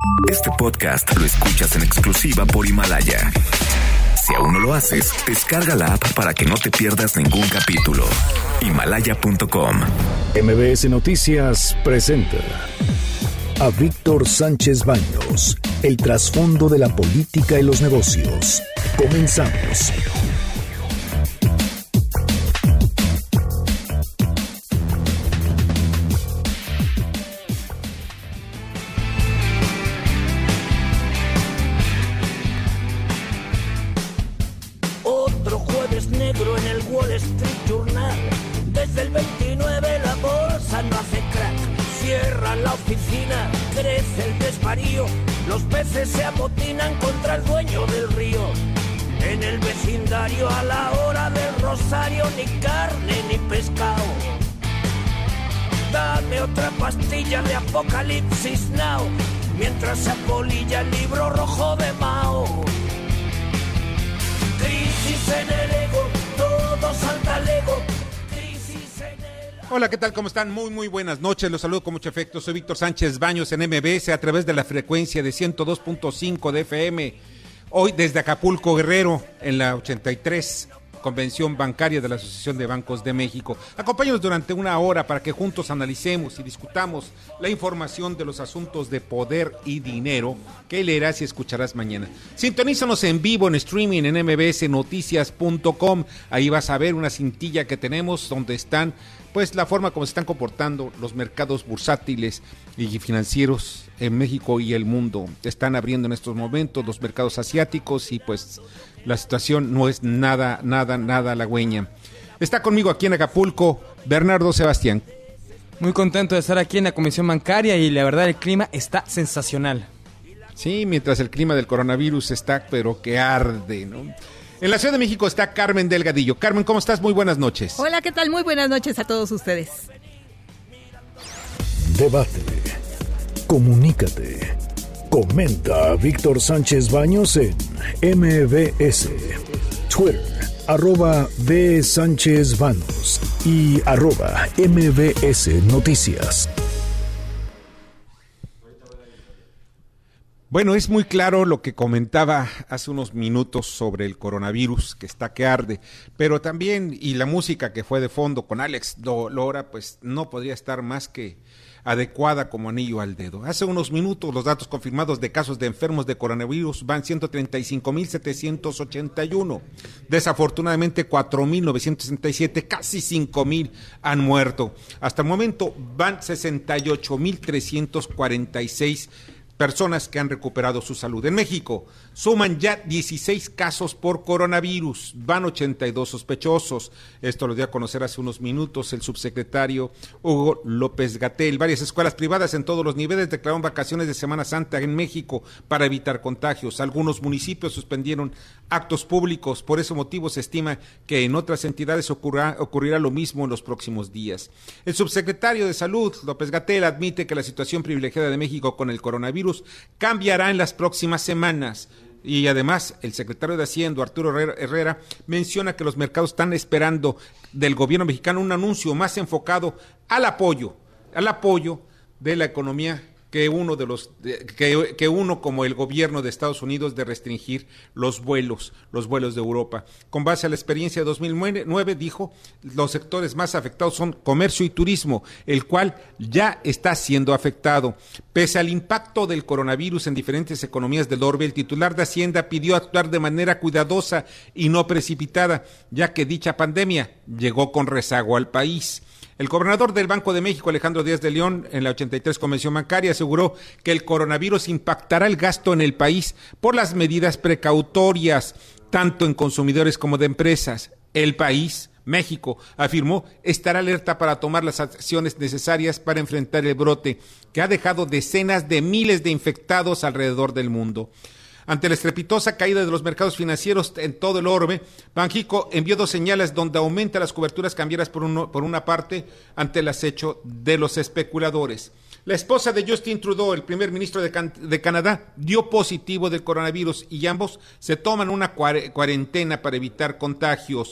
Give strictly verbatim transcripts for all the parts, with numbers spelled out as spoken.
Este podcast lo escuchas en exclusiva por Himalaya. Si aún no lo haces, descarga la app para que no te pierdas ningún capítulo. Himalaya punto com. M B S Noticias presenta a Víctor Sánchez Baños, el trasfondo de la política y los negocios. Comenzamos. Otro jueves negro en el Wall Street Journal. Desde el veintinueve la bolsa no hace crack. Cierran la oficina, crece el desvarío. Los peces se amotinan contra el dueño del río. En el vecindario a la hora del rosario, ni carne ni pescado. Dame otra pastilla de Apocalipsis Now, mientras se apolilla el libro rojo de Mao. Crisis en el ego, todo salta al ego. Crisis en el... Hola, ¿qué tal? ¿Cómo están? Muy, muy buenas noches. Los saludo con mucho afecto. Soy Víctor Sánchez Baños en M B S a través de la frecuencia de ciento dos punto cinco de F M. Hoy desde Acapulco, Guerrero, en la ochenta y tres Convención Bancaria de la Asociación de Bancos de México. Acompáñanos durante una hora para que juntos analicemos y discutamos la información de los asuntos de poder y dinero que leerás y escucharás mañana. Sintonízanos en vivo en streaming en m b s noticias punto com. Ahí vas a ver una cintilla que tenemos donde están, pues, la forma como se están comportando los mercados bursátiles y financieros en México y el mundo. Están abriendo en estos momentos los mercados asiáticos y pues la situación no es nada, nada, nada halagüeña. Está conmigo aquí en Acapulco Bernardo Sebastián. Muy contento de estar aquí en la Comisión Bancaria y la verdad el clima está sensacional. Sí, mientras el clima del coronavirus está pero que arde, ¿no? En la Ciudad de México está Carmen Delgadillo. Carmen, ¿cómo estás? Muy buenas noches. Hola, ¿qué tal? Muy buenas noches a todos ustedes. Debate. Comunícate. Comenta a Víctor Sánchez Baños en M B S, Twitter, arroba B Sánchez Baños y arroba M B S Noticias. Bueno, es muy claro lo que comentaba hace unos minutos sobre el coronavirus, que está que arde, pero también, y la música que fue de fondo con Alex Lora, pues no podría estar más que adecuada como anillo al dedo. Hace unos minutos los datos confirmados de casos de enfermos de coronavirus van ciento treinta y cinco mil setecientos ochenta y uno. Desafortunadamente cuatro mil novecientos sesenta y siete, casi cinco mil han muerto. Hasta el momento van sesenta y ocho mil trescientos cuarenta y seis personas que han recuperado su salud. En México suman ya dieciséis casos por coronavirus, van ochenta y dos sospechosos. Esto lo dio a conocer hace unos minutos el subsecretario Hugo López-Gatell. Varias escuelas privadas en todos los niveles declararon vacaciones de Semana Santa en México para evitar contagios. Algunos municipios suspendieron actos públicos. Por ese motivo se estima que en otras entidades ocurra, ocurrirá lo mismo en los próximos días. El subsecretario de Salud, López-Gatell, admite que la situación privilegiada de México con el coronavirus cambiará en las próximas semanas. Y además, el secretario de Hacienda, Arturo Herrera, menciona que los mercados están esperando del gobierno mexicano un anuncio más enfocado al apoyo, al apoyo de la economía que uno de los que, que uno como el gobierno de Estados Unidos de restringir los vuelos, los vuelos de Europa. Con base a la experiencia de dos mil nueve, dijo, los sectores más afectados son comercio y turismo, el cual ya está siendo afectado. Pese al impacto del coronavirus en diferentes economías del orbe, el titular de Hacienda pidió actuar de manera cuidadosa y no precipitada, ya que dicha pandemia llegó con rezago al país. El gobernador del Banco de México, Alejandro Díaz de León, en la ochenta y tres Convención Bancaria, aseguró que el coronavirus impactará el gasto en el país por las medidas precautorias, tanto en consumidores como de empresas. El país, México, afirmó, estará alerta para tomar las acciones necesarias para enfrentar el brote, que ha dejado decenas de miles de infectados alrededor del mundo. Ante la estrepitosa caída de los mercados financieros en todo el orbe, Banxico envió dos señales donde aumenta las coberturas cambiarias por, uno, por una parte ante el acecho de los especuladores. La esposa de Justin Trudeau, el primer ministro de, Can- de Canadá, dio positivo del coronavirus y ambos se toman una cuare- cuarentena para evitar contagios.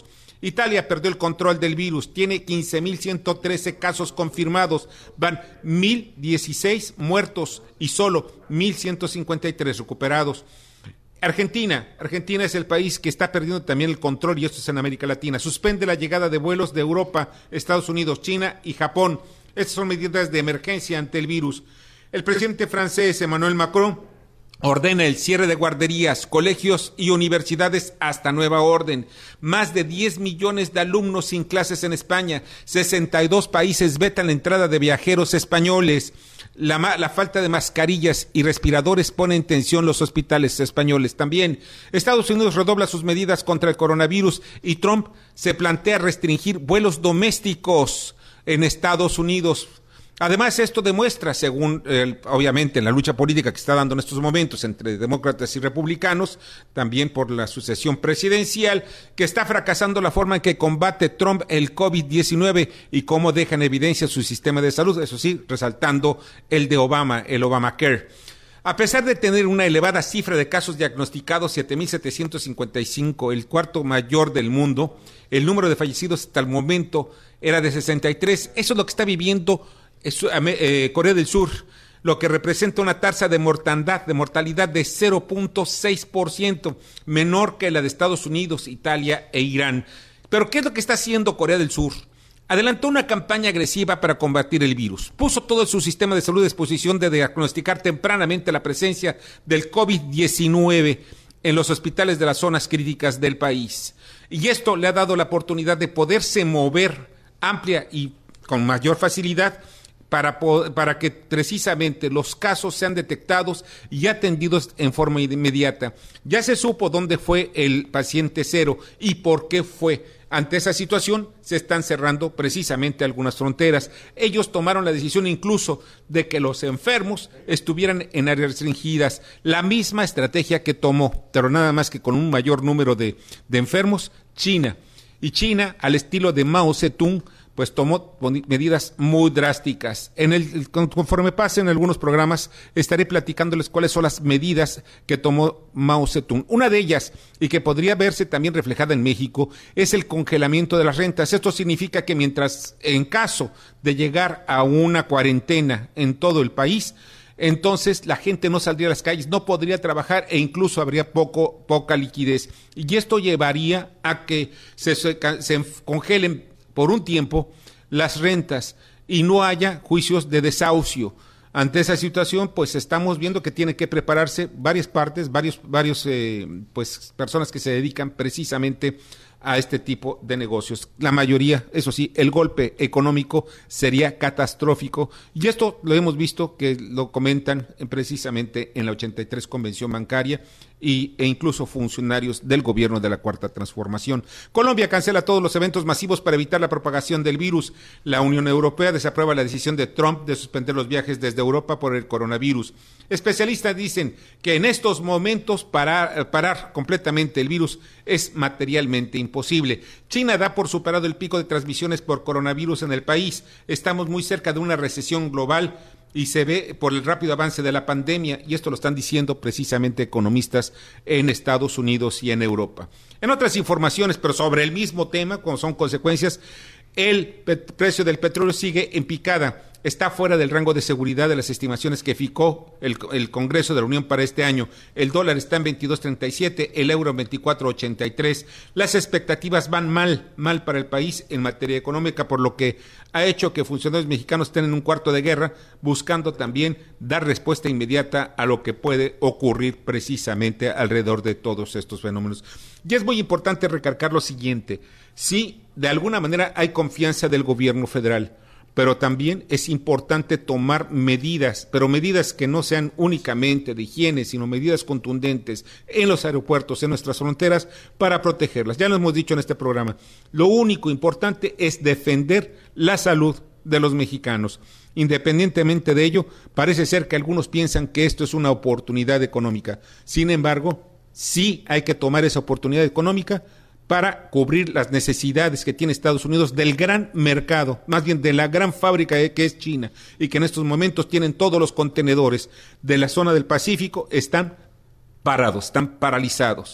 Italia perdió el control del virus, tiene quince mil ciento trece casos confirmados, van mil dieciséis muertos y solo mil ciento cincuenta y tres recuperados. Argentina, Argentina es el país que está perdiendo también el control, y esto es en América Latina. Suspende la llegada de vuelos de Europa, Estados Unidos, China y Japón. Estas son medidas de emergencia ante el virus. El presidente francés Emmanuel Macron ordena el cierre de guarderías, colegios y universidades hasta nueva orden. Más de diez millones de alumnos sin clases en España. sesenta y dos países vetan la entrada de viajeros españoles. La, la falta de mascarillas y respiradores pone en tensión los hospitales españoles. También Estados Unidos redobla sus medidas contra el coronavirus y Trump se plantea restringir vuelos domésticos en Estados Unidos. Además, esto demuestra, según eh, obviamente la lucha política que está dando en estos momentos entre demócratas y republicanos, también por la sucesión presidencial, que está fracasando la forma en que combate Trump el COVID diecinueve y cómo deja en evidencia su sistema de salud, eso sí, resaltando el de Obama, el Obamacare. A pesar de tener una elevada cifra de casos diagnosticados, siete mil setecientos cincuenta y cinco, el cuarto mayor del mundo, el número de fallecidos hasta el momento era de sesenta y tres. Eso es lo que está viviendo Corea del Sur, lo que representa una tasa de mortandad, de mortalidad de cero punto seis por ciento, menor que la de Estados Unidos, Italia e Irán. Pero ¿qué es lo que está haciendo Corea del Sur? Adelantó una campaña agresiva para combatir el virus. Puso todo su sistema de salud a disposición de diagnosticar tempranamente la presencia del COVID diecinueve en los hospitales de las zonas críticas del país. Y esto le ha dado la oportunidad de poderse mover amplia y con mayor facilidad Para, para que precisamente los casos sean detectados y atendidos en forma inmediata. Ya se supo dónde fue el paciente cero y por qué fue. Ante esa situación se están cerrando precisamente algunas fronteras. Ellos tomaron la decisión incluso de que los enfermos estuvieran en áreas restringidas. La misma estrategia que tomó, pero nada más que con un mayor número de, de enfermos, China. Y China, al estilo de Mao Zedong, pues tomó medidas muy drásticas. En el, conforme pasen algunos programas, estaré platicándoles cuáles son las medidas que tomó Mao Zedong. Una de ellas, y que podría verse también reflejada en México, es el congelamiento de las rentas. Esto significa que mientras, en caso de llegar a una cuarentena en todo el país, entonces la gente no saldría a las calles, no podría trabajar e incluso habría poco, poca liquidez. Y esto llevaría a que se, se, se congelen por un tiempo las rentas y no haya juicios de desahucio. Ante esa situación, pues estamos viendo que tienen que prepararse varias partes, varios, varios, eh, pues personas que se dedican precisamente a este tipo de negocios. La mayoría, eso sí, el golpe económico sería catastrófico y esto lo hemos visto que lo comentan precisamente en la ochenta y tres Convención Bancaria y, e incluso funcionarios del gobierno de la Cuarta Transformación. Colombia cancela todos los eventos masivos para evitar la propagación del virus. La Unión Europea desaprueba la decisión de Trump de suspender los viajes desde Europa por el coronavirus. Especialistas dicen que en estos momentos parar, parar completamente el virus es materialmente imposible. China da por superado el pico de transmisiones por coronavirus en el país. Estamos muy cerca de una recesión global y se ve por el rápido avance de la pandemia, y esto lo están diciendo precisamente economistas en Estados Unidos y en Europa. En otras informaciones, pero sobre el mismo tema, como son consecuencias, el precio del petróleo sigue en picada. Está fuera del rango de seguridad de las estimaciones que fijó el, el Congreso de la Unión para este año. El dólar está en veintidós treinta y siete, el euro en veinticuatro ochenta y tres. Las expectativas van mal, mal para el país en materia económica, por lo que ha hecho que funcionarios mexicanos estén en un cuarto de guerra, buscando también dar respuesta inmediata a lo que puede ocurrir precisamente alrededor de todos estos fenómenos. Y es muy importante recalcar lo siguiente: sí, de alguna manera hay confianza del gobierno federal, pero también es importante tomar medidas, pero medidas que no sean únicamente de higiene, sino medidas contundentes en los aeropuertos, en nuestras fronteras, para protegerlas. Ya lo hemos dicho en este programa, lo único importante es defender la salud de los mexicanos. Independientemente de ello, parece ser que algunos piensan que esto es una oportunidad económica. Sin embargo, sí hay que tomar esa oportunidad económica para cubrir las necesidades que tiene Estados Unidos del gran mercado, más bien de la gran fábrica que es China, y que en estos momentos tienen todos los contenedores de la zona del Pacífico, están parados, están paralizados.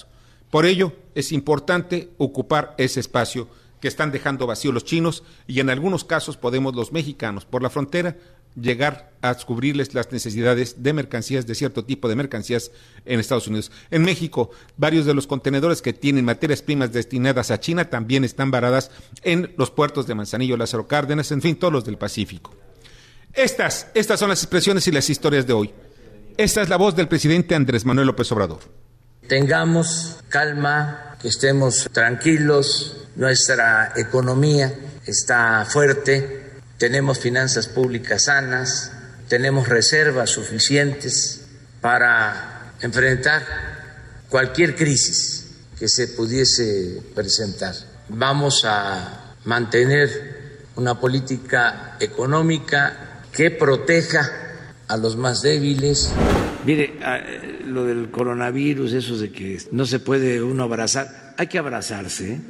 Por ello, es importante ocupar ese espacio que están dejando vacío los chinos y en algunos casos podemos los mexicanos por la frontera llegar a cubrirles las necesidades de mercancías, de cierto tipo de mercancías en Estados Unidos. En México, varios de los contenedores que tienen materias primas destinadas a China también están varadas en los puertos de Manzanillo, Lázaro Cárdenas, en fin, todos los del Pacífico. Estas, estas son las expresiones y las historias de hoy. Esta es la voz del presidente Andrés Manuel López Obrador. Tengamos calma, que estemos tranquilos, nuestra economía está fuerte. Tenemos finanzas públicas sanas, tenemos reservas suficientes para enfrentar cualquier crisis que se pudiese presentar. Vamos a mantener una política económica que proteja a los más débiles. Mire, lo del coronavirus, eso de que no se puede uno abrazar, hay que abrazarse,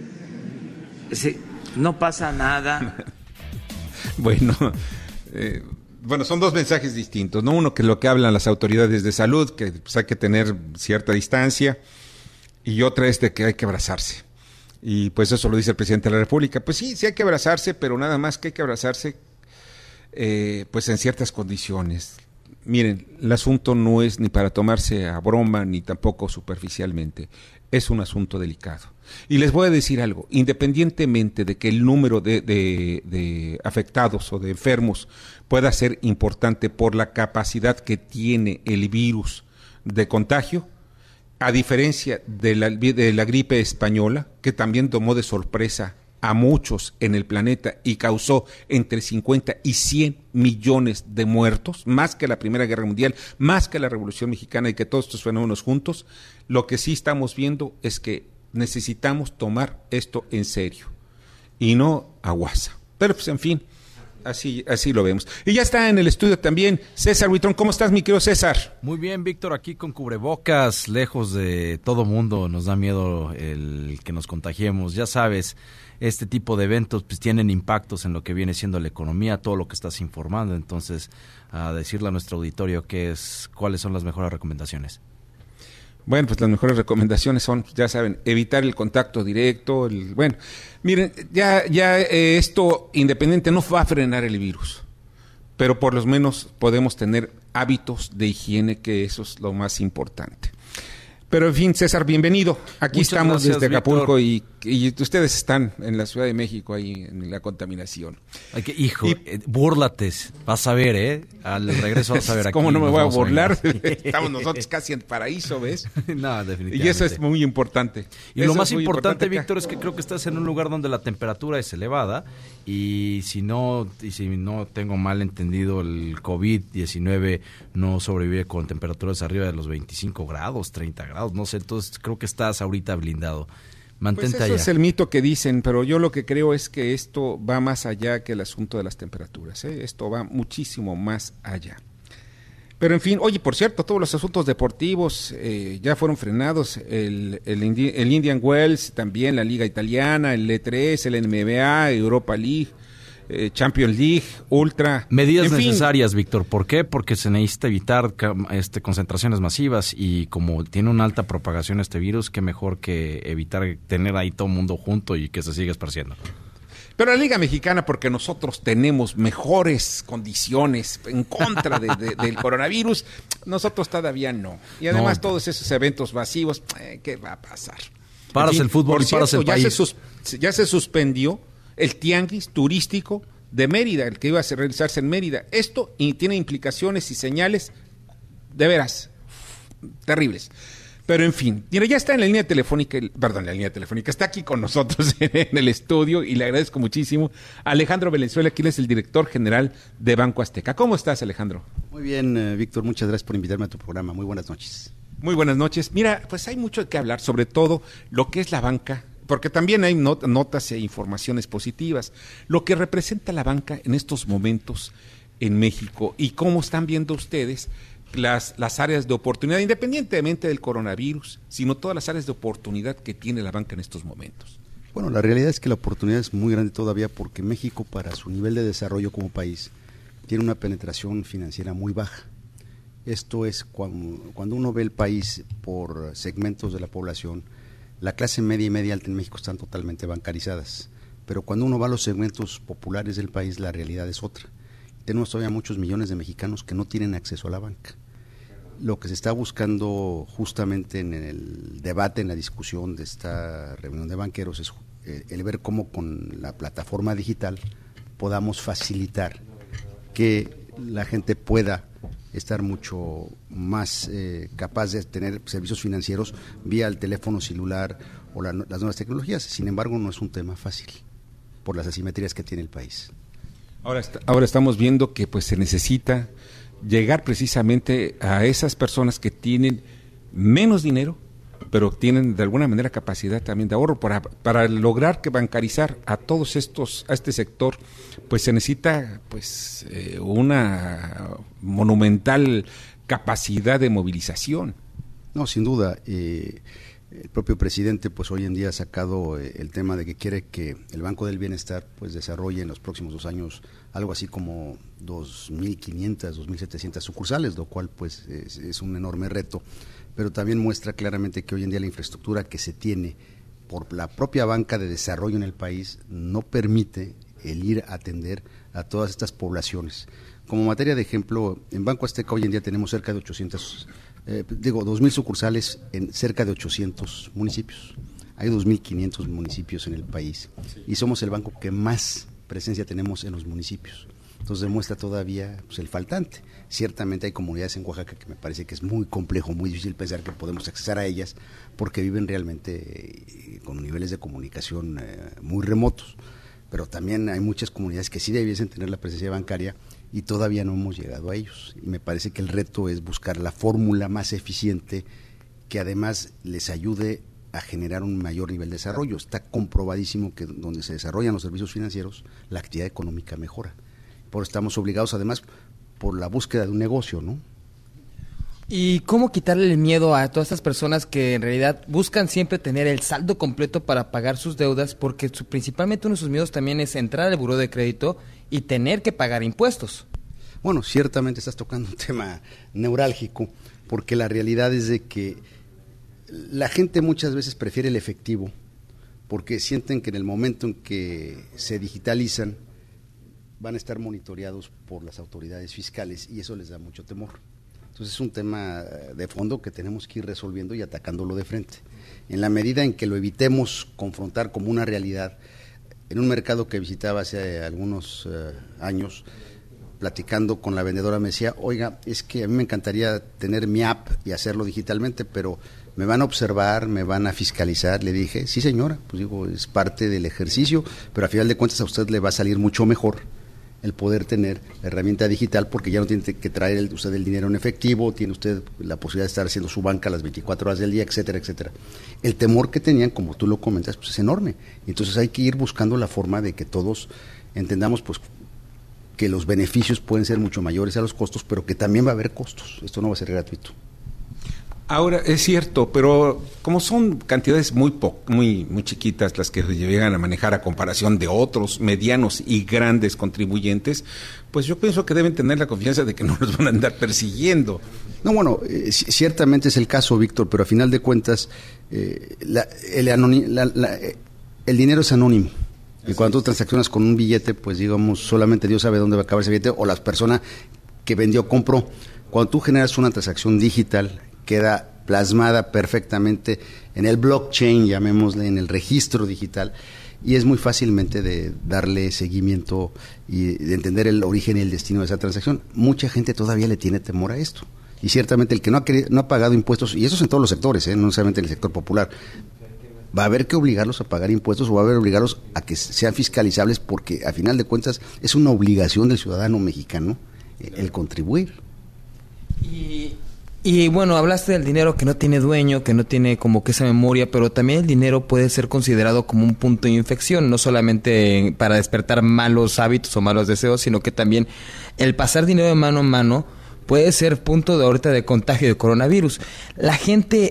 ¿eh? No pasa nada. Bueno, eh, bueno, son dos mensajes distintos, ¿no? Uno que lo que hablan las autoridades de salud, que pues, hay que tener cierta distancia, y otra es de que hay que abrazarse. Y pues eso lo dice el presidente de la República. Pues sí, sí hay que abrazarse, pero nada más que hay que abrazarse eh, pues en ciertas condiciones. Miren, el asunto no es ni para tomarse a broma, ni tampoco superficialmente. Es un asunto delicado. Y les voy a decir algo, independientemente de que el número de, de, de afectados o de enfermos pueda ser importante por la capacidad que tiene el virus de contagio, a diferencia de la, de la gripe española, que también tomó de sorpresa a muchos en el planeta y causó entre cincuenta y cien millones de muertos, más que la Primera Guerra Mundial, más que la Revolución Mexicana y que todos estos fenómenos juntos, lo que sí estamos viendo es que necesitamos tomar esto en serio y no a guasa. Pero pues en fin, así, así lo vemos. Y ya está en el estudio también César Huitrón. ¿Cómo estás, mi querido César? Muy bien, Víctor, aquí con cubrebocas, lejos de todo mundo. Nos da miedo el que nos contagiemos. Ya sabes, este tipo de eventos pues tienen impactos en lo que viene siendo la economía, todo lo que estás informando. Entonces, a decirle a nuestro auditorio qué es, cuáles son las mejores recomendaciones. Bueno, pues las mejores recomendaciones son, ya saben, evitar el contacto directo. El, bueno, miren, ya, ya eh, esto independiente no va a frenar el virus, pero por lo menos podemos tener hábitos de higiene, que eso es lo más importante. Pero en fin, César, bienvenido. Aquí Muchas estamos gracias, desde Acapulco y, y ustedes están en la Ciudad de México ahí en la contaminación. Ay, que, hijo, y, eh, búrlates, vas a ver, ¿eh? Al regreso vas a ver aquí. ¿Cómo no me voy a burlar? A estamos nosotros casi en paraíso, ¿ves? No, definitivamente. Y eso es muy importante. Y eso lo más importante, importante Víctor, es que creo que estás en un lugar donde la temperatura es elevada y si no, y si no tengo mal entendido, el COVID diecinueve no sobrevive con temperaturas arriba de los veinticinco grados, treinta grados. No sé, entonces creo que estás ahorita blindado. Mantente pues eso allá. Es el mito que dicen, pero yo lo que creo es que esto va más allá que el asunto de las temperaturas, ¿eh? Esto va muchísimo más allá. Pero en fin, oye, por cierto, todos los asuntos deportivos eh, ya fueron frenados, el, el, Indi- el Indian Wells, también la Liga Italiana, el E tres, el N B A, Europa League, eh, Champions League, Ultra. Medidas necesarias, Víctor. ¿Por qué? Porque se necesita evitar este, concentraciones masivas y como tiene una alta propagación este virus, qué mejor que evitar tener ahí todo el mundo junto y que se siga esparciendo. Pero la Liga Mexicana, porque nosotros tenemos mejores condiciones en contra de, de, del coronavirus, nosotros todavía no. Y además no. Todos esos eventos masivos, eh, ¿qué va a pasar? Paras en fin, el fútbol y paras el ya país. Se sus, ya se suspendió el tianguis turístico de Mérida, el que iba a realizarse en Mérida. Esto y tiene implicaciones y señales de veras terribles. Pero en fin, mira, ya está en la línea telefónica, perdón, la línea telefónica, está aquí con nosotros en el estudio y le agradezco muchísimo a Alejandro Valenzuela, quien es el director general de Banco Azteca. ¿Cómo estás, Alejandro? Muy bien, eh, Víctor, muchas gracias por invitarme a tu programa. Muy buenas noches. Muy buenas noches. Mira, pues hay mucho que hablar, sobre todo lo que es la banca, porque también hay not- notas e informaciones positivas, lo que representa la banca en estos momentos en México y cómo están viendo ustedes Las, las áreas de oportunidad, independientemente del coronavirus, sino todas las áreas de oportunidad que tiene la banca en estos momentos. Bueno, la realidad es que la oportunidad es muy grande todavía porque México, para su nivel de desarrollo como país, tiene una penetración financiera muy baja. Esto es cuando, cuando uno ve el país por segmentos de la población, La clase media y media alta en México están totalmente bancarizadas, pero cuando uno va a los segmentos populares del país, la realidad es otra. Tenemos todavía muchos millones de mexicanos que no tienen acceso a la banca. Lo que se está buscando justamente en el debate, en la discusión de esta reunión de banqueros, es el ver cómo con la plataforma digital podamos facilitar que la gente pueda estar mucho más eh, capaz de tener servicios financieros vía el teléfono celular o la, las nuevas tecnologías. Sin embargo, no es un tema fácil por las asimetrías que tiene el país. Ahora, está, ahora estamos viendo que pues se necesita llegar precisamente a esas personas que tienen menos dinero, pero tienen de alguna manera capacidad también de ahorro para, para lograr que bancarizar a todos estos, a este sector, pues se necesita pues eh, una monumental capacidad de movilización. No, sin duda. Eh, el propio presidente pues hoy en día ha sacado eh, el tema de que quiere que el Banco del Bienestar pues desarrolle en los próximos dos años algo así como dos mil quinientas, dos mil setecientas sucursales, lo cual pues es, es un enorme reto, pero también muestra claramente que hoy en día la infraestructura que se tiene por la propia banca de desarrollo en el país no permite el ir a atender a todas estas poblaciones. Como materia de ejemplo, en Banco Azteca hoy en día tenemos cerca de ochocientos, eh, digo, dos mil sucursales en cerca de ochocientos municipios. Hay dos mil quinientos municipios en el país y somos el banco que más presencia tenemos en los municipios. Entonces demuestra todavía pues, el faltante. Ciertamente hay comunidades en Oaxaca que me parece que es muy complejo, muy difícil pensar que podemos accesar a ellas porque viven realmente eh, con niveles de comunicación eh, muy remotos. Pero también hay muchas comunidades que sí debiesen tener la presencia bancaria y todavía no hemos llegado a ellos. Y me parece que el reto es buscar la fórmula más eficiente que además les ayude a generar un mayor nivel de desarrollo. Está comprobadísimo que donde se desarrollan los servicios financieros, la actividad económica mejora. Por eso estamos obligados además por la búsqueda de un negocio, ¿no? ¿Y cómo quitarle el miedo a todas estas personas que en realidad buscan siempre tener el saldo completo para pagar sus deudas? Porque su, principalmente uno de sus miedos también es entrar al buró de crédito y tener que pagar impuestos. Bueno, ciertamente estás tocando un tema neurálgico, porque la realidad es de que la gente muchas veces prefiere el efectivo, porque sienten que en el momento en que se digitalizan van a estar monitoreados por las autoridades fiscales y eso les da mucho temor. Entonces es un tema de fondo que tenemos que ir resolviendo y atacándolo de frente. En la medida en que lo evitemos confrontar como una realidad, en un mercado que visitaba hace algunos uh, años, platicando con la vendedora me decía, oiga, es que a mí me encantaría tener mi app y hacerlo digitalmente, pero me van a observar, me van a fiscalizar. Le dije, sí señora, pues digo, es parte del ejercicio, pero a final de cuentas a usted le va a salir mucho mejor el poder tener la herramienta digital, porque ya no tiene que traer el, usted el dinero en efectivo, tiene usted la posibilidad de estar haciendo su banca las veinticuatro horas del día, etcétera, etcétera. El temor que tenían, como tú lo comentas, pues es enorme. Entonces hay que ir buscando la forma de que todos entendamos pues que los beneficios pueden ser mucho mayores a los costos, pero que también va a haber costos. Esto no va a ser gratuito. Ahora, es cierto, pero como son cantidades muy po muy muy chiquitas las que llegan a manejar a comparación de otros medianos y grandes contribuyentes, pues yo pienso que deben tener la confianza de que no los van a andar persiguiendo. No, bueno, eh, ciertamente es el caso, Víctor, pero a final de cuentas eh, la, el, anonim, la, la, eh, el dinero es anónimo. Y cuando tú transaccionas con un billete, pues digamos, solamente Dios sabe dónde va a acabar ese billete o la persona que vendió compró. Cuando tú generas una transacción digital, queda plasmada perfectamente en el blockchain, llamémosle, en el registro digital, y es muy fácilmente de darle seguimiento y de entender el origen y el destino de esa transacción. Mucha gente todavía le tiene temor a esto, y ciertamente el que no ha, querido, no ha pagado impuestos, y eso es en todos los sectores, ¿eh? No solamente en el sector popular, va a haber que obligarlos a pagar impuestos o va a haber que obligarlos a que sean fiscalizables, porque a final de cuentas es una obligación del ciudadano mexicano eh, el contribuir. Y... Y bueno, hablaste del dinero que no tiene dueño, que no tiene como que esa memoria, pero también el dinero puede ser considerado como un punto de infección, no solamente para despertar malos hábitos o malos deseos, sino que también el pasar dinero de mano en mano puede ser punto de ahorita de contagio de coronavirus. La gente,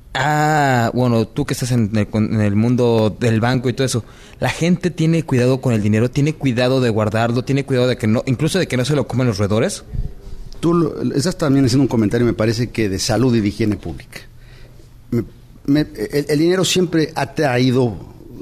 ah, bueno, tú que estás en el, en el mundo del banco y todo eso, la gente tiene cuidado con el dinero, tiene cuidado de guardarlo, tiene cuidado de que no, incluso de que no se lo comen los roedores. Tú estás también haciendo un comentario, me parece que de salud y de higiene pública. Me, me, el, el dinero siempre ha traído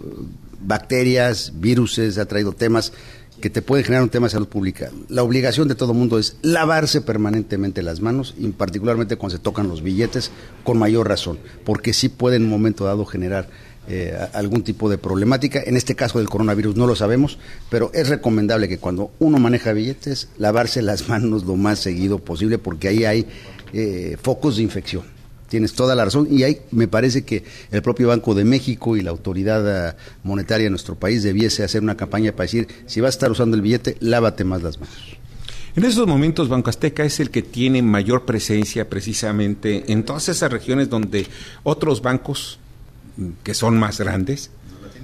bacterias, viruses, ha traído temas que te pueden generar un tema de salud pública. La obligación de todo mundo es lavarse permanentemente las manos, y particularmente cuando se tocan los billetes, con mayor razón, porque sí puede en un momento dado generar eh, algún tipo de problemática. En este caso del coronavirus no lo sabemos, pero es recomendable que cuando uno maneja billetes, lavarse las manos lo más seguido posible, porque ahí hay eh, focos de infección. Tienes toda la razón, y ahí me parece que el propio Banco de México y la autoridad monetaria de nuestro país debiese hacer una campaña para decir, si vas a estar usando el billete, lávate más las manos. En esos momentos, Banco Azteca es el que tiene mayor presencia precisamente en todas esas regiones donde otros bancos que son más grandes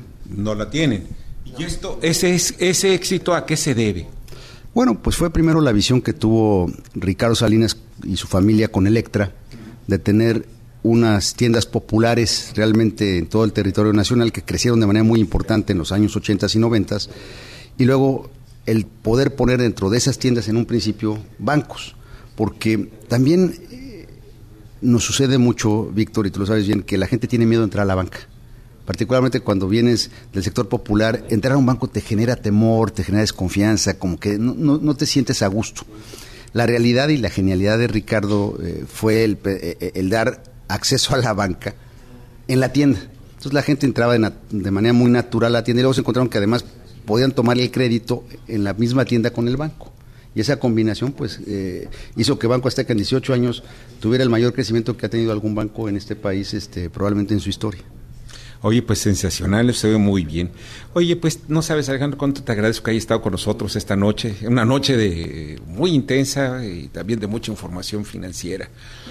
no la tienen. Y esto, ese, ese éxito, ¿a qué se debe? Bueno, pues fue primero la visión que tuvo Ricardo Salinas y su familia con Electra, de tener unas tiendas populares realmente en todo el territorio nacional que crecieron de manera muy importante en los años ochentas y noventas, y luego el poder poner dentro de esas tiendas en un principio bancos, porque también eh, nos sucede mucho, Víctor, y tú lo sabes bien, que la gente tiene miedo de entrar a la banca, particularmente cuando vienes del sector popular. Entrar a un banco te genera temor, te genera desconfianza, como que no, no, no te sientes a gusto. La realidad y la genialidad de Ricardo eh, fue el, eh, el dar acceso a la banca en la tienda. Entonces la gente entraba de, nat- de manera muy natural a la tienda, y luego se encontraron que además podían tomar el crédito en la misma tienda con el banco. Y esa combinación pues eh, hizo que Banco Azteca en dieciocho años tuviera el mayor crecimiento que ha tenido algún banco en este país, este, probablemente en su historia. Oye, pues sensacional, se ve muy bien. Oye, pues no sabes, Alejandro, cuánto te agradezco que hayas estado con nosotros esta noche, una noche de muy intensa y también de mucha información financiera.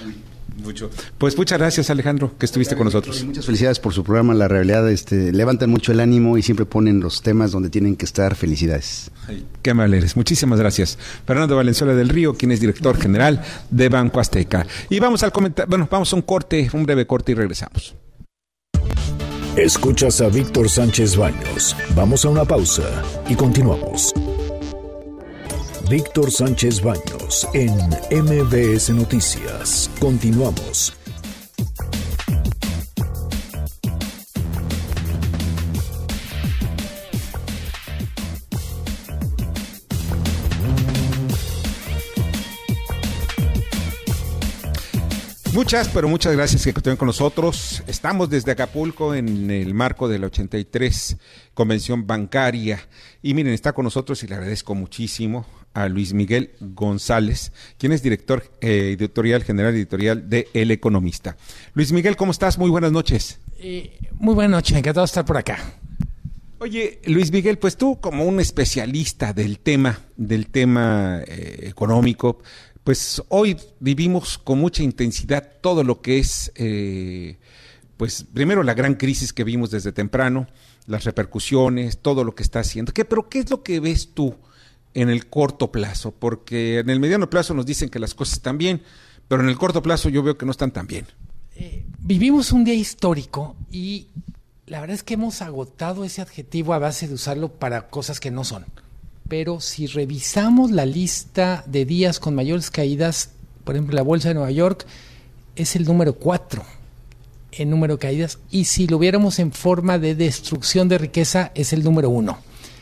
Mucho. Pues muchas gracias, Alejandro, que estuviste con nosotros. Muchas felicidades por su programa. La realidad, este, levantan mucho el ánimo y siempre ponen los temas donde tienen que estar. Felicidades. Ay, qué amable eres. Muchísimas gracias. Fernando Valenzuela del Río, quien es director general de Banco Azteca. Y vamos al comentario, bueno, vamos a un corte, un breve corte y regresamos. Escuchas a Víctor Sánchez Baños. Vamos a una pausa y continuamos. Víctor Sánchez Baños en M B S Noticias. Continuamos. Muchas, pero muchas gracias que continúen con nosotros. Estamos desde Acapulco en el marco de la ochenta y tres Convención Bancaria. Y miren, está con nosotros y le agradezco muchísimo a Luis Miguel González, quien es director eh, editorial, general editorial de El Economista. Luis Miguel, ¿cómo estás? Muy buenas noches. Eh, muy buenas noches, encantado de estar por acá. Oye, Luis Miguel, pues tú como un especialista del tema, del tema eh, económico, pues hoy vivimos con mucha intensidad todo lo que es, eh, pues primero la gran crisis que vimos desde temprano, las repercusiones, todo lo que está haciendo. ¿Qué, pero qué es lo que ves tú en el corto plazo? Porque en el mediano plazo nos dicen que las cosas están bien, pero en el corto plazo yo veo que no están tan bien. Eh, vivimos un día histórico y la verdad es que hemos agotado ese adjetivo a base de usarlo para cosas que no son. Pero si revisamos la lista de días con mayores caídas, por ejemplo, la Bolsa de Nueva York es el número cuatro en número de caídas, y si lo viéramos en forma de destrucción de riqueza es el número uno.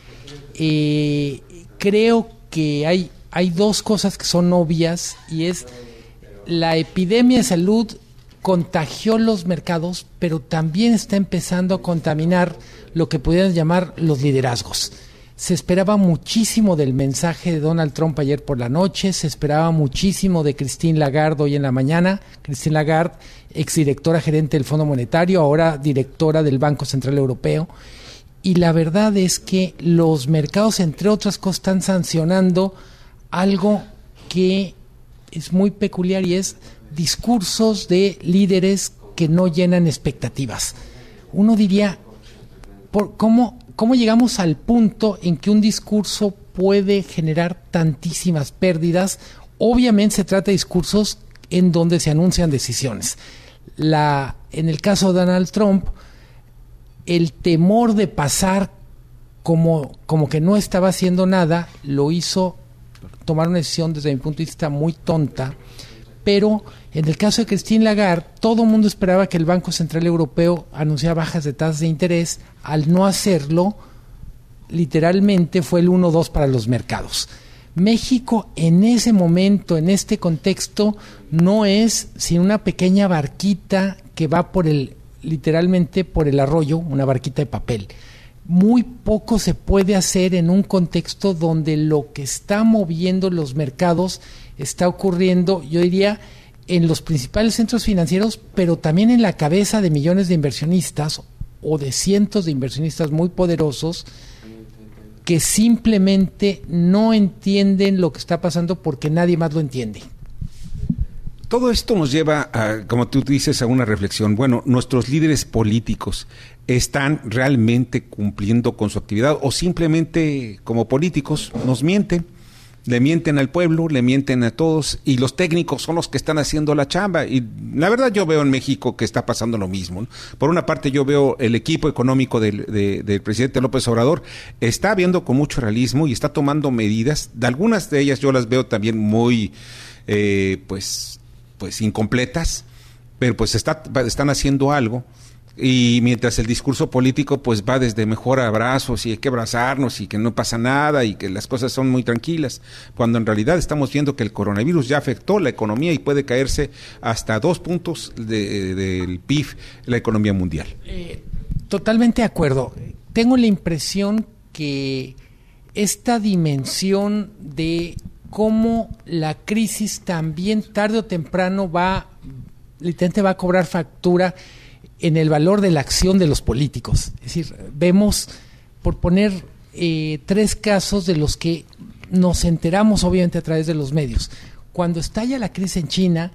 Eh, creo que hay, hay dos cosas que son obvias, y es la epidemia de salud contagió los mercados, pero también está empezando a contaminar lo que pudieran llamar los liderazgos. Se esperaba muchísimo del mensaje de Donald Trump ayer por la noche, se esperaba muchísimo de Christine Lagarde hoy en la mañana. Christine Lagarde, exdirectora gerente del Fondo Monetario, ahora directora del Banco Central Europeo. Y la verdad es que los mercados, entre otras cosas, están sancionando algo que es muy peculiar, y es discursos de líderes que no llenan expectativas. Uno diría, ¿por cómo... ¿Cómo llegamos al punto en que un discurso puede generar tantísimas pérdidas? Obviamente se trata de discursos en donde se anuncian decisiones. La, en el caso de Donald Trump, el temor de pasar como, como que no estaba haciendo nada lo hizo tomar una decisión desde mi punto de vista muy tonta, pero En el caso de Christine Lagarde, todo el mundo esperaba que el Banco Central Europeo anunciara bajas de tasas de interés. Al no hacerlo, literalmente fue el uno dos para los mercados. México en ese momento, en este contexto, no es sino una pequeña barquita que va por el, literalmente por el arroyo, una barquita de papel. Muy poco se puede hacer en un contexto donde lo que está moviendo los mercados está ocurriendo, yo diría, en los principales centros financieros, pero también en la cabeza de millones de inversionistas o de cientos de inversionistas muy poderosos que simplemente no entienden lo que está pasando porque nadie más lo entiende. Todo esto nos lleva, a, como tú dices, a una reflexión. Bueno, nuestros líderes políticos están realmente cumpliendo con su actividad o simplemente como políticos nos mienten. Le mienten al pueblo, le mienten a todos y los técnicos son los que están haciendo la chamba. Y la verdad yo veo en México que está pasando lo mismo, ¿no? Por una parte yo veo el equipo económico del, de, del presidente López Obrador está viendo con mucho realismo y está tomando medidas. De algunas de ellas yo las veo también muy, eh, pues, pues incompletas, pero pues está, están haciendo algo. Y mientras el discurso político pues va desde mejor abrazos y hay que abrazarnos y que no pasa nada y que las cosas son muy tranquilas, cuando en realidad estamos viendo que el coronavirus ya afectó la economía y puede caerse hasta dos puntos de, de, del P I B, la economía mundial. Eh, totalmente de acuerdo. Tengo la impresión que esta dimensión de cómo la crisis también tarde o temprano va, literalmente va a cobrar factura en el valor de la acción de los políticos. Es decir, vemos, por poner eh, tres casos de los que nos enteramos obviamente a través de los medios. Cuando estalla la crisis en China,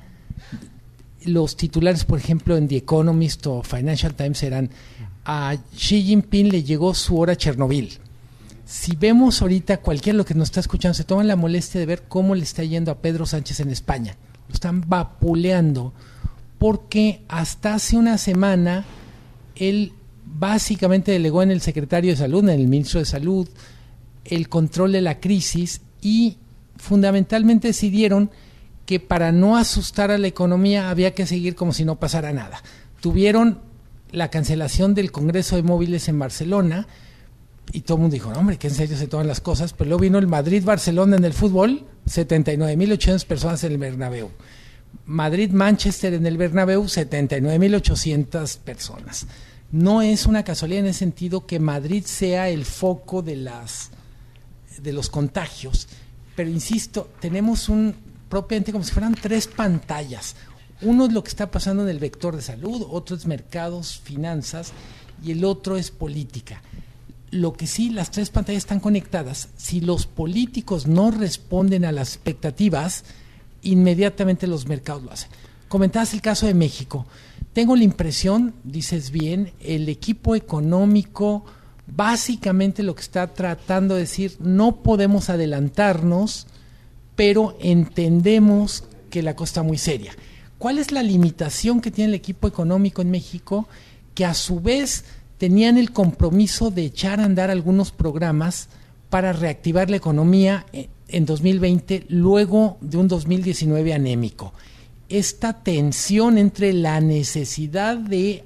los titulares, por ejemplo, en The Economist o Financial Times eran: a Xi Jinping le llegó su hora Chernobyl. Si vemos ahorita, cualquiera de los que nos está escuchando, se toman la molestia de ver cómo le está yendo a Pedro Sánchez en España. Lo están vapuleando, porque hasta hace una semana él básicamente delegó en el secretario de Salud, en el ministro de Salud, el control de la crisis y fundamentalmente decidieron que para no asustar a la economía había que seguir como si no pasara nada. Tuvieron la cancelación del Congreso de Móviles en Barcelona y todo el mundo dijo, no, hombre, que en serio se toman las cosas, pero luego vino el Madrid-Barcelona en el fútbol, setenta y nueve mil ochocientas personas en el Bernabéu. Madrid-Manchester en el Bernabéu, setenta y nueve mil ochocientas personas. No es una casualidad en ese sentido que Madrid sea el foco de las de los contagios, pero insisto, tenemos un propiamente como si fueran tres pantallas. Uno es lo que está pasando en el vector de salud, otro es mercados, finanzas y el otro es política. Lo que sí, las tres pantallas están conectadas. Si los políticos no responden a las expectativas, inmediatamente los mercados lo hacen. Comentabas el caso de México. Tengo la impresión, dices bien, el equipo económico básicamente lo que está tratando de decir, no podemos adelantarnos, pero entendemos que la cosa está muy seria. ¿Cuál es la limitación que tiene el equipo económico en México? Que a su vez tenían el compromiso de echar a andar algunos programas para reactivar la economía en dos mil veinte, luego de un dos mil diecinueve anémico. Esta tensión entre la necesidad de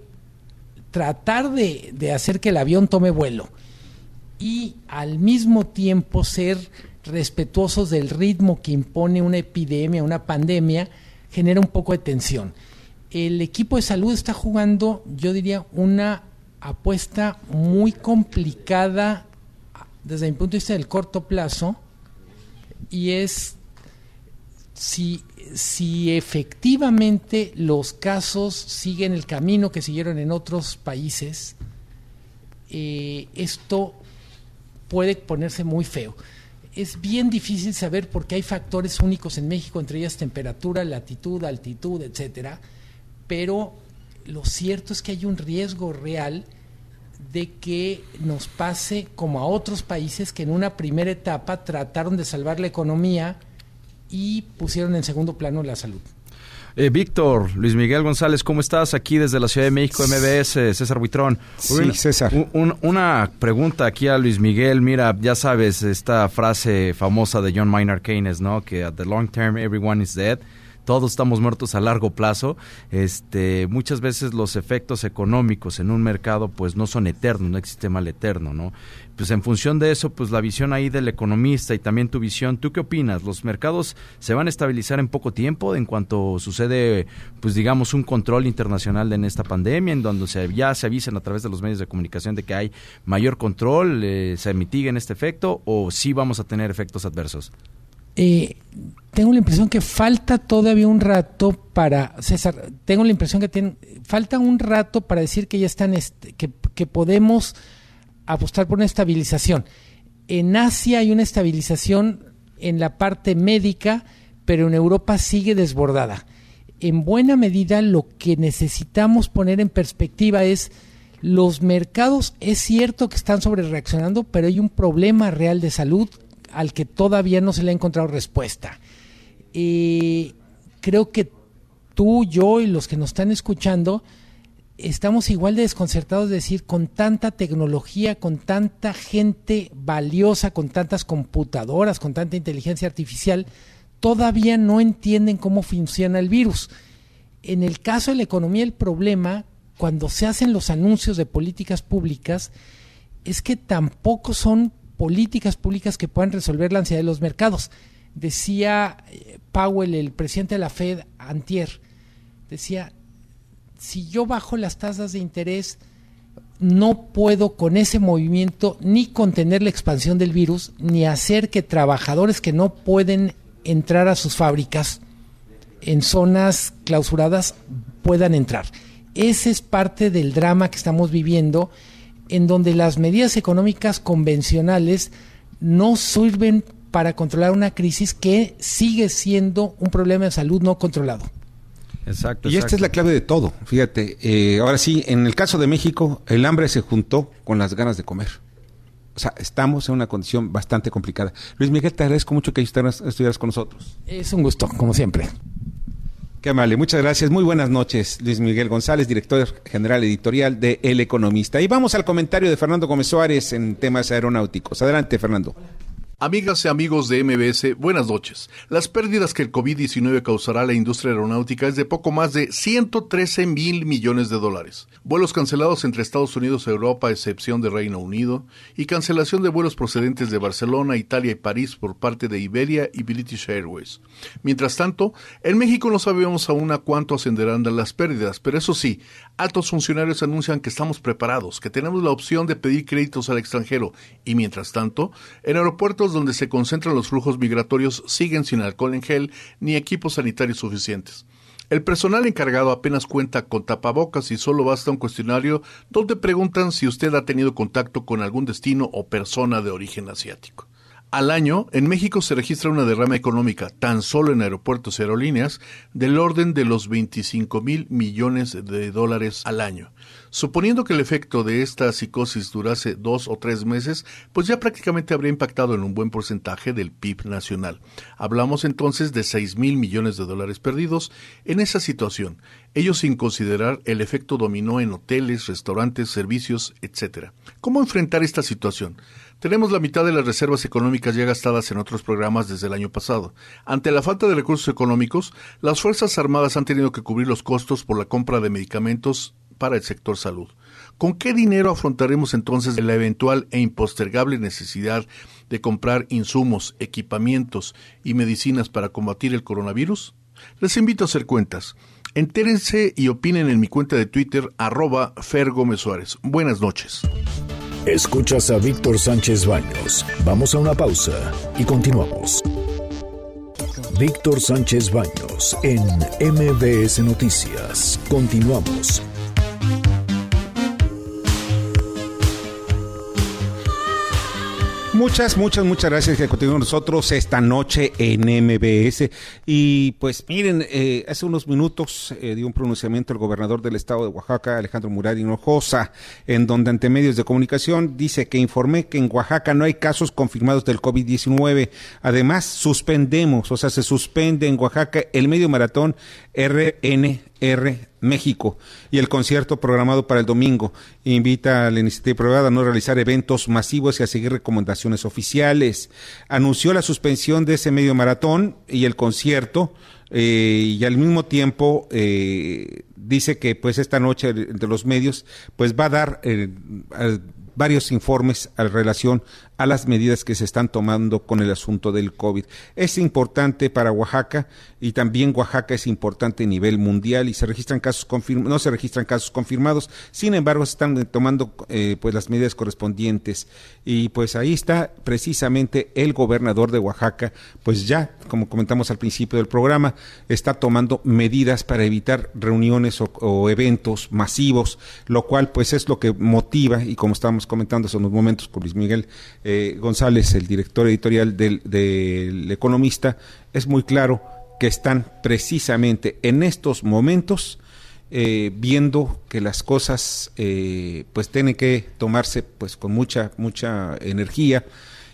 tratar de, de hacer que el avión tome vuelo y al mismo tiempo ser respetuosos del ritmo que impone una epidemia, una pandemia, genera un poco de tensión. El equipo de salud está jugando, yo diría, una apuesta muy complicada desde mi punto de vista del corto plazo, y es si, si efectivamente los casos siguen el camino que siguieron en otros países, eh, esto puede ponerse muy feo. Es bien difícil saber porque hay factores únicos en México, entre ellas temperatura, latitud, altitud, etcétera, pero lo cierto es que hay un riesgo real de que nos pase como a otros países que en una primera etapa trataron de salvar la economía y pusieron en segundo plano la salud. Eh, Víctor, Luis Miguel González, ¿cómo estás? Aquí desde la Ciudad de México, M B S, César Buitrón. Sí, una, César. Un, un, una pregunta aquí a Luis Miguel. Mira, ya sabes, esta frase famosa de John Maynard Keynes, ¿no? Que at the long term everyone is dead. todos estamos muertos a largo plazo. Este, muchas veces los efectos económicos en un mercado pues no son eternos, no existe mal eterno, ¿no? Pues en función de eso, pues la visión ahí del economista y también tu visión, ¿tú qué opinas? ¿Los mercados se van a estabilizar en poco tiempo en cuanto sucede, pues digamos, un control internacional en esta pandemia, en donde se, ya se avisen a través de los medios de comunicación de que hay mayor control, eh, se mitiga en este efecto, o sí vamos a tener efectos adversos? Eh, tengo la impresión que falta todavía un rato para, César, tengo la impresión que tiene, falta un rato para decir que ya están, este, que, que podemos apostar por una estabilización. En Asia hay una estabilización en la parte médica, pero en Europa sigue desbordada. En buena medida lo que necesitamos poner en perspectiva es los mercados, es cierto que están sobre reaccionando, pero hay un problema real de salud al que todavía no se le ha encontrado respuesta. Eh, creo que tú, yo y los que nos están escuchando estamos igual de desconcertados de decir, con tanta tecnología, con tanta gente valiosa, con tantas computadoras, con tanta inteligencia artificial, todavía no entienden cómo funciona el virus. En el caso de la economía, el problema, cuando se hacen los anuncios de políticas públicas, es que tampoco son políticas públicas que puedan resolver la ansiedad de los mercados. Decía Powell, el presidente de la Fed, antier, decía, si yo bajo las tasas de interés, no puedo con ese movimiento ni contener la expansión del virus, ni hacer que trabajadores que no pueden entrar a sus fábricas en zonas clausuradas puedan entrar. Ese es parte del drama que estamos viviendo, en donde las medidas económicas convencionales no sirven para controlar una crisis que sigue siendo un problema de salud no controlado. Exacto, y exacto. esta es la clave de todo, fíjate, eh, ahora sí, en el caso de México, el hambre se juntó con las ganas de comer. O sea, estamos en una condición bastante complicada. Luis Miguel, te agradezco mucho que estuvieras, estuvieras con nosotros. Es un gusto, como siempre. Qué amable, muchas gracias. Muy buenas noches, Luis Miguel González, director general editorial de El Economista. Y vamos al comentario de Fernando Gómez Suárez en temas aeronáuticos. Adelante, Fernando. Amigas y amigos de M B S, buenas noches. Las pérdidas que el COVID diecinueve causará a la industria aeronáutica es de poco más de ciento trece mil millones de dólares. Vuelos cancelados entre Estados Unidos y Europa, a excepción de Reino Unido, y cancelación de vuelos procedentes de Barcelona, Italia y París por parte de Iberia y British Airways. Mientras tanto, en México no sabemos aún a cuánto ascenderán las pérdidas, pero eso sí, altos funcionarios anuncian que estamos preparados, que tenemos la opción de pedir créditos al extranjero, y mientras tanto, en aeropuertos donde se concentran los flujos migratorios siguen sin alcohol en gel ni equipos sanitarios suficientes. El personal encargado apenas cuenta con tapabocas y solo basta un cuestionario donde preguntan si usted ha tenido contacto con algún destino o persona de origen asiático. Al año, en México se registra una derrama económica, tan solo en aeropuertos y aerolíneas, del orden de los veinticinco mil millones de dólares al año. Suponiendo que el efecto de esta psicosis durase dos o tres meses, pues ya prácticamente habría impactado en un buen porcentaje del P I B nacional. Hablamos entonces de seis mil millones de dólares perdidos en esa situación, ello sin considerar el efecto dominó en hoteles, restaurantes, servicios, etcétera. ¿Cómo enfrentar esta situación? Tenemos la mitad de las reservas económicas ya gastadas en otros programas desde el año pasado. Ante la falta de recursos económicos, las Fuerzas Armadas han tenido que cubrir los costos por la compra de medicamentos para el sector salud. ¿Con qué dinero afrontaremos entonces la eventual e impostergable necesidad de comprar insumos, equipamientos y medicinas para combatir el coronavirus? Les invito a hacer cuentas. Entérense y opinen en mi cuenta de Twitter, arroba Fer Gómez Suárez. Buenas noches. Escuchas a Víctor Sánchez Baños. Vamos a una pausa y continuamos. Víctor Sánchez Baños en M B S Noticias. Continuamos. Muchas, muchas, muchas gracias que continúen con nosotros esta noche en M B S. Y pues miren, eh, hace unos minutos eh, dio un pronunciamiento el gobernador del estado de Oaxaca, Alejandro Murat Hinojosa, en donde ante medios de comunicación dice que informé que en Oaxaca no hay casos confirmados del COVID diecinueve. Además, suspendemos, o sea, se suspende en Oaxaca el medio maratón R N R México y el concierto programado para el domingo. Invita a la iniciativa privada a no realizar eventos masivos y a seguir recomendaciones oficiales. Anunció la suspensión de ese medio maratón y el concierto eh, y al mismo tiempo eh, dice que pues esta noche entre los medios pues va a dar eh, a, varios informes en relación a las medidas que se están tomando con el asunto del COVID. Es importante para Oaxaca y también Oaxaca es importante a nivel mundial y se registran casos confirmados, no se registran casos confirmados, sin embargo se están tomando eh, pues las medidas correspondientes y pues ahí está precisamente el gobernador de Oaxaca, pues ya, como comentamos al principio del programa, está tomando medidas para evitar reuniones o, o eventos masivos, lo cual pues es lo que motiva y como estábamos comentando hace unos momentos con Luis Miguel Eh, González, el director editorial del, del Economista, es muy claro que están precisamente en estos momentos eh, viendo que las cosas eh, pues tienen que tomarse pues con mucha mucha energía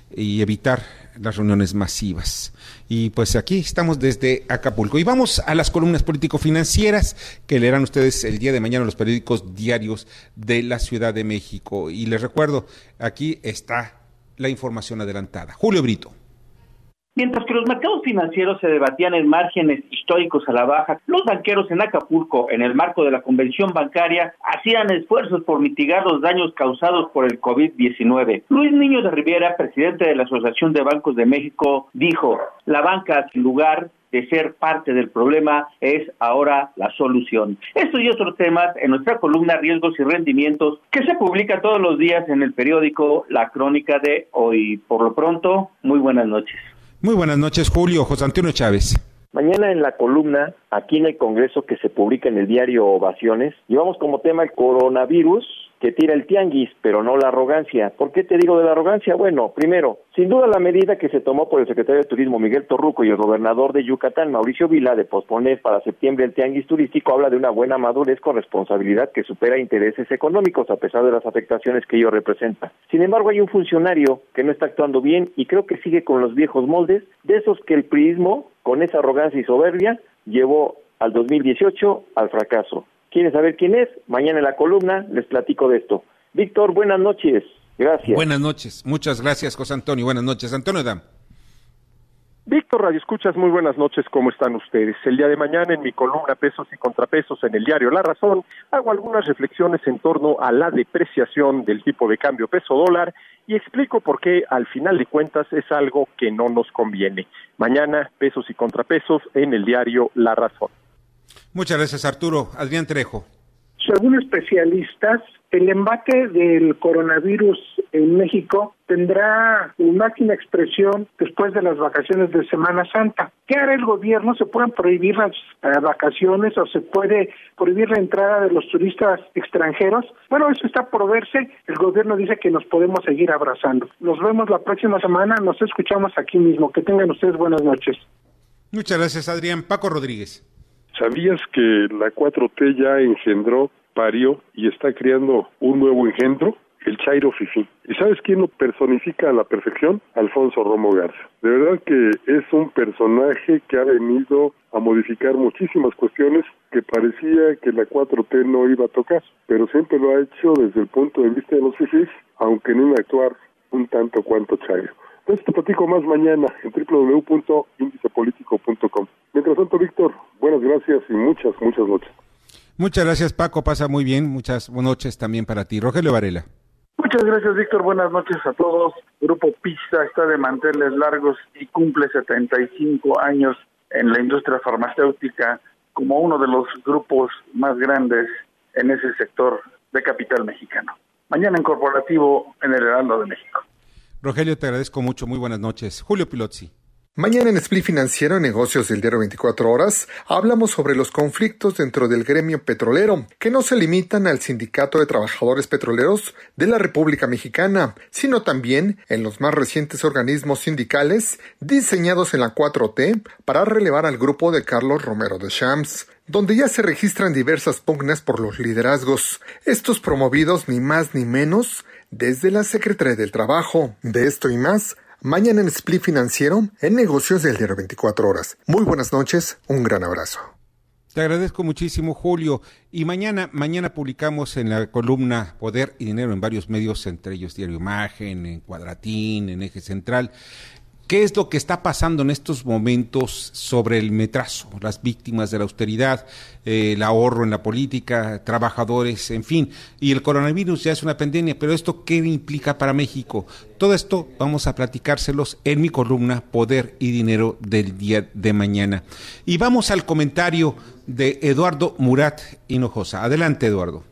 y evitar las reuniones masivas. Y pues aquí estamos desde Acapulco. Y vamos a las columnas político-financieras que leerán ustedes el día de mañana en los periódicos diarios de la Ciudad de México. Y les recuerdo, aquí está la información adelantada. Julio Brito. Mientras que los mercados financieros se debatían en márgenes históricos a la baja, los banqueros en Acapulco, en el marco de la convención bancaria, hacían esfuerzos por mitigar los daños causados por el COVID diecinueve. Luis Niño de Rivera, presidente de la Asociación de Bancos de México, dijo: la banca, sin lugar de ser parte del problema, es ahora la solución. Esto y otros temas en nuestra columna Riesgos y Rendimientos, que se publica todos los días en el periódico La Crónica de Hoy. Por lo pronto, muy buenas noches. Muy buenas noches, Julio. José Antonio Chávez. Mañana en la columna, aquí en el Congreso, que se publica en el diario Ovaciones, llevamos como tema el coronavirus que tira el tianguis, pero no la arrogancia. ¿Por qué te digo de la arrogancia? Bueno, primero, sin duda la medida que se tomó por el secretario de Turismo Miguel Torruco y el gobernador de Yucatán, Mauricio Vila, de posponer para septiembre el tianguis turístico, habla de una buena madurez con responsabilidad que supera intereses económicos, a pesar de las afectaciones que ello representa. Sin embargo, hay un funcionario que no está actuando bien y creo que sigue con los viejos moldes, de esos que el priismo, con esa arrogancia y soberbia, llevó al dos mil dieciocho al fracaso. ¿Quieren saber quién es? Mañana en la columna les platico de esto. Víctor, buenas noches. Gracias. Buenas noches. Muchas gracias, José Antonio. Buenas noches. Antonio Dam. Víctor, Radio Escuchas, muy buenas noches, ¿cómo están ustedes? El día de mañana en mi columna Pesos y Contrapesos en el diario La Razón, hago algunas reflexiones en torno a la depreciación del tipo de cambio peso-dólar y explico por qué al final de cuentas es algo que no nos conviene. Mañana, Pesos y Contrapesos en el diario La Razón. Muchas gracias, Arturo. Adrián Trejo. Según especialistas, el embate del coronavirus en México tendrá su máxima expresión después de las vacaciones de Semana Santa. ¿Qué hará el gobierno? ¿Se pueden prohibir las eh, vacaciones o se puede prohibir la entrada de los turistas extranjeros? Bueno, eso está por verse. El gobierno dice que nos podemos seguir abrazando. Nos vemos la próxima semana, nos escuchamos aquí mismo. Que tengan ustedes buenas noches. Muchas gracias, Adrián. Paco Rodríguez. ¿Sabías que la cuatro T ya engendró, parió y está creando un nuevo engendro? El Chairo Fifí. ¿Y sabes quién lo personifica a la perfección? Alfonso Romo Garza. De verdad que es un personaje que ha venido a modificar muchísimas cuestiones que parecía que la cuatro T no iba a tocar, pero siempre lo ha hecho desde el punto de vista de los fifís, aunque en un actuar un tanto cuanto chairo. Entonces te platico más mañana en doble u doble u doble u punto índice político punto com. Mientras tanto, Víctor, buenas gracias y muchas, muchas noches. Muchas gracias, Paco. Pasa muy bien. Muchas noches también para ti. Rogelio Varela. Muchas gracias, Víctor. Buenas noches a todos. Grupo PISA está de manteles largos y cumple setenta y cinco años en la industria farmacéutica como uno de los grupos más grandes en ese sector de capital mexicano. Mañana en Corporativo en el Heraldo de México. Rogelio, te agradezco mucho. Muy buenas noches. Julio Pilotzi. Mañana en Split Financiero, Negocios del Diario veinticuatro horas, hablamos sobre los conflictos dentro del gremio petrolero, que no se limitan al Sindicato de Trabajadores Petroleros de la República Mexicana, sino también en los más recientes organismos sindicales diseñados en la cuatro T para relevar al grupo de Carlos Romero de Champs, donde ya se registran diversas pugnas por los liderazgos, estos promovidos ni más ni menos desde la Secretaría del Trabajo. De esto y más, mañana en Split Financiero, en Negocios del Diario veinticuatro horas. Muy buenas noches, un gran abrazo. Te agradezco muchísimo, Julio. Y mañana, mañana publicamos en la columna Poder y Dinero en varios medios, entre ellos Diario Imagen, en Cuadratín, en Eje Central, ¿Qué es lo que está pasando en estos momentos sobre el metrazo? Las víctimas de la austeridad, eh, el ahorro en la política, trabajadores, en fin. Y el coronavirus ya es una pandemia, pero ¿esto qué implica para México? Todo esto vamos a platicárselos en mi columna Poder y Dinero del día de mañana. Y vamos al comentario de Eduardo Murat Hinojosa. Adelante, Eduardo.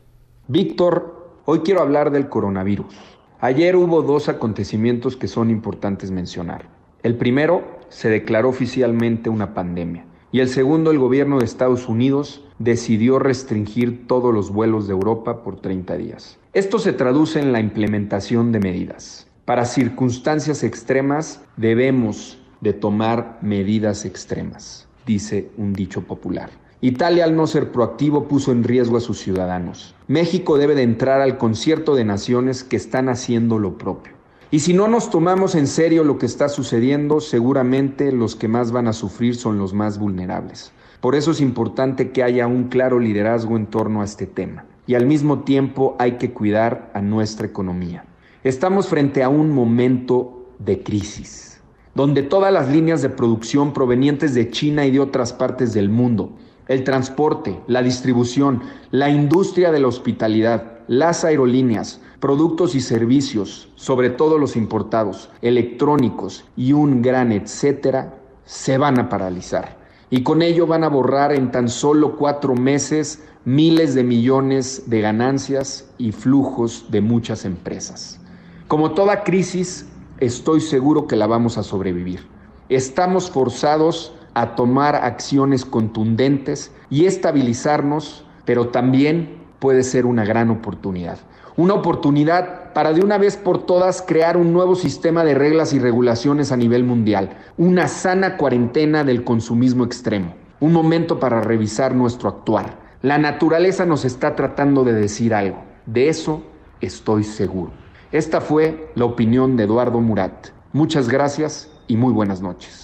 Víctor, hoy quiero hablar del coronavirus. Ayer hubo dos acontecimientos que son importantes mencionar. El primero, se declaró oficialmente una pandemia. Y el segundo, el gobierno de Estados Unidos decidió restringir todos los vuelos de Europa por treinta días. Esto se traduce en la implementación de medidas. Para circunstancias extremas debemos de tomar medidas extremas, dice un dicho popular. Italia, al no ser proactivo, puso en riesgo a sus ciudadanos. México debe de entrar al concierto de naciones que están haciendo lo propio. Y si no nos tomamos en serio lo que está sucediendo, seguramente los que más van a sufrir son los más vulnerables. Por eso es importante que haya un claro liderazgo en torno a este tema. Y al mismo tiempo hay que cuidar a nuestra economía. Estamos frente a un momento de crisis, donde todas las líneas de producción provenientes de China y de otras partes del mundo, el transporte, la distribución, la industria de la hospitalidad, las aerolíneas, productos y servicios, sobre todo los importados, electrónicos y un gran etcétera, se van a paralizar. Y con ello van a borrar en tan solo cuatro meses miles de millones de ganancias y flujos de muchas empresas. Como toda crisis, estoy seguro que la vamos a sobrevivir. Estamos forzados a tomar acciones contundentes y estabilizarnos, pero también puede ser una gran oportunidad. Una oportunidad para de una vez por todas crear un nuevo sistema de reglas y regulaciones a nivel mundial, una sana cuarentena del consumismo extremo, un momento para revisar nuestro actuar. La naturaleza nos está tratando de decir algo, de eso estoy seguro. Esta fue la opinión de Eduardo Murat. Muchas gracias y muy buenas noches.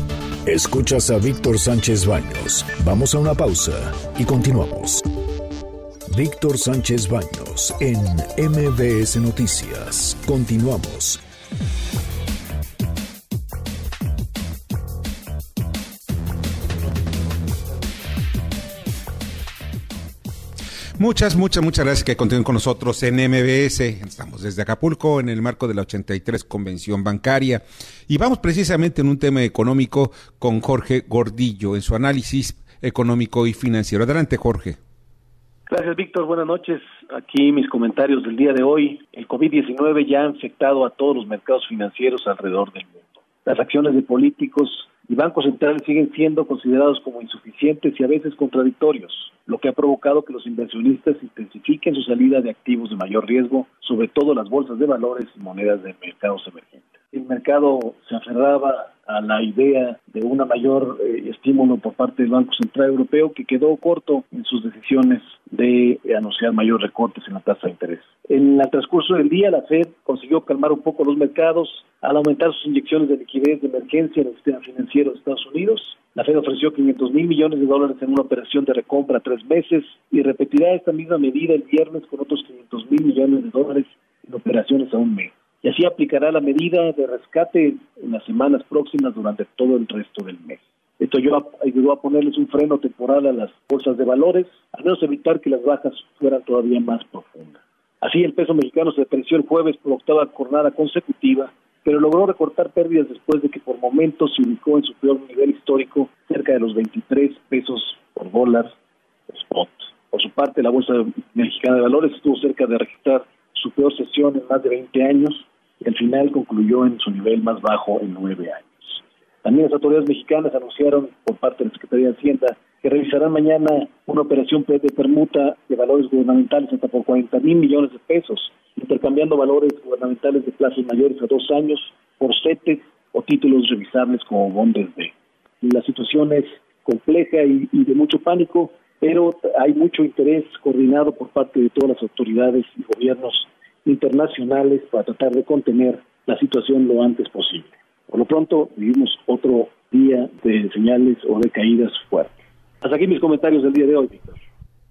Escuchas a Víctor Sánchez Baños. Vamos a una pausa y continuamos. Víctor Sánchez Baños en M B S Noticias. Continuamos. Muchas, muchas, muchas gracias que continúen con nosotros en M B S. Estamos desde Acapulco en el marco de la ochenta y tres Convención Bancaria y vamos precisamente en un tema económico con Jorge Gordillo en su análisis económico y financiero. Adelante, Jorge. Gracias, Víctor. Buenas noches. Aquí mis comentarios del día de hoy. El COVID diecinueve ya ha afectado a todos los mercados financieros alrededor del mundo. Las acciones de políticos y bancos centrales siguen siendo considerados como insuficientes y a veces contradictorios, lo que ha provocado que los inversionistas intensifiquen su salida de activos de mayor riesgo, sobre todo las bolsas de valores y monedas de mercados emergentes. El mercado se aferraba a la idea de una mayor eh, estímulo por parte del Banco Central Europeo, que quedó corto en sus decisiones de anunciar mayor recortes en la tasa de interés. En el transcurso del día, la Fed consiguió calmar un poco los mercados al aumentar sus inyecciones de liquidez de emergencia en el sistema financiero de Estados Unidos. La Fed ofreció quinientos mil millones de dólares en una operación de recompra a tres meses y repetirá esta misma medida el viernes con otros quinientos mil millones de dólares en operaciones a un mes. Y así aplicará la medida de rescate en las semanas próximas durante todo el resto del mes. Esto ayudó a ponerles un freno temporal a las bolsas de valores, al menos evitar que las bajas fueran todavía más profundas. Así, el peso mexicano se depreció el jueves por octava jornada consecutiva, pero logró recortar pérdidas después de que por momentos se ubicó en su peor nivel histórico, cerca de los veintitrés pesos por dólar spot. Por su parte, la Bolsa Mexicana de Valores estuvo cerca de registrar su peor sesión en más de veinte años y al final concluyó en su nivel más bajo en nueve años. También las autoridades mexicanas anunciaron por parte de la Secretaría de Hacienda que revisarán mañana una operación de permuta de valores gubernamentales hasta por cuarenta mil millones de pesos, intercambiando valores gubernamentales de plazos mayores a dos años por CETES o títulos revisables como bondes B. La situación es compleja y, y de mucho pánico, pero hay mucho interés coordinado por parte de todas las autoridades y gobiernos internacionales para tratar de contener la situación lo antes posible. Por lo pronto, vivimos otro día de señales o de caídas fuertes. Hasta aquí mis comentarios del día de hoy, Víctor.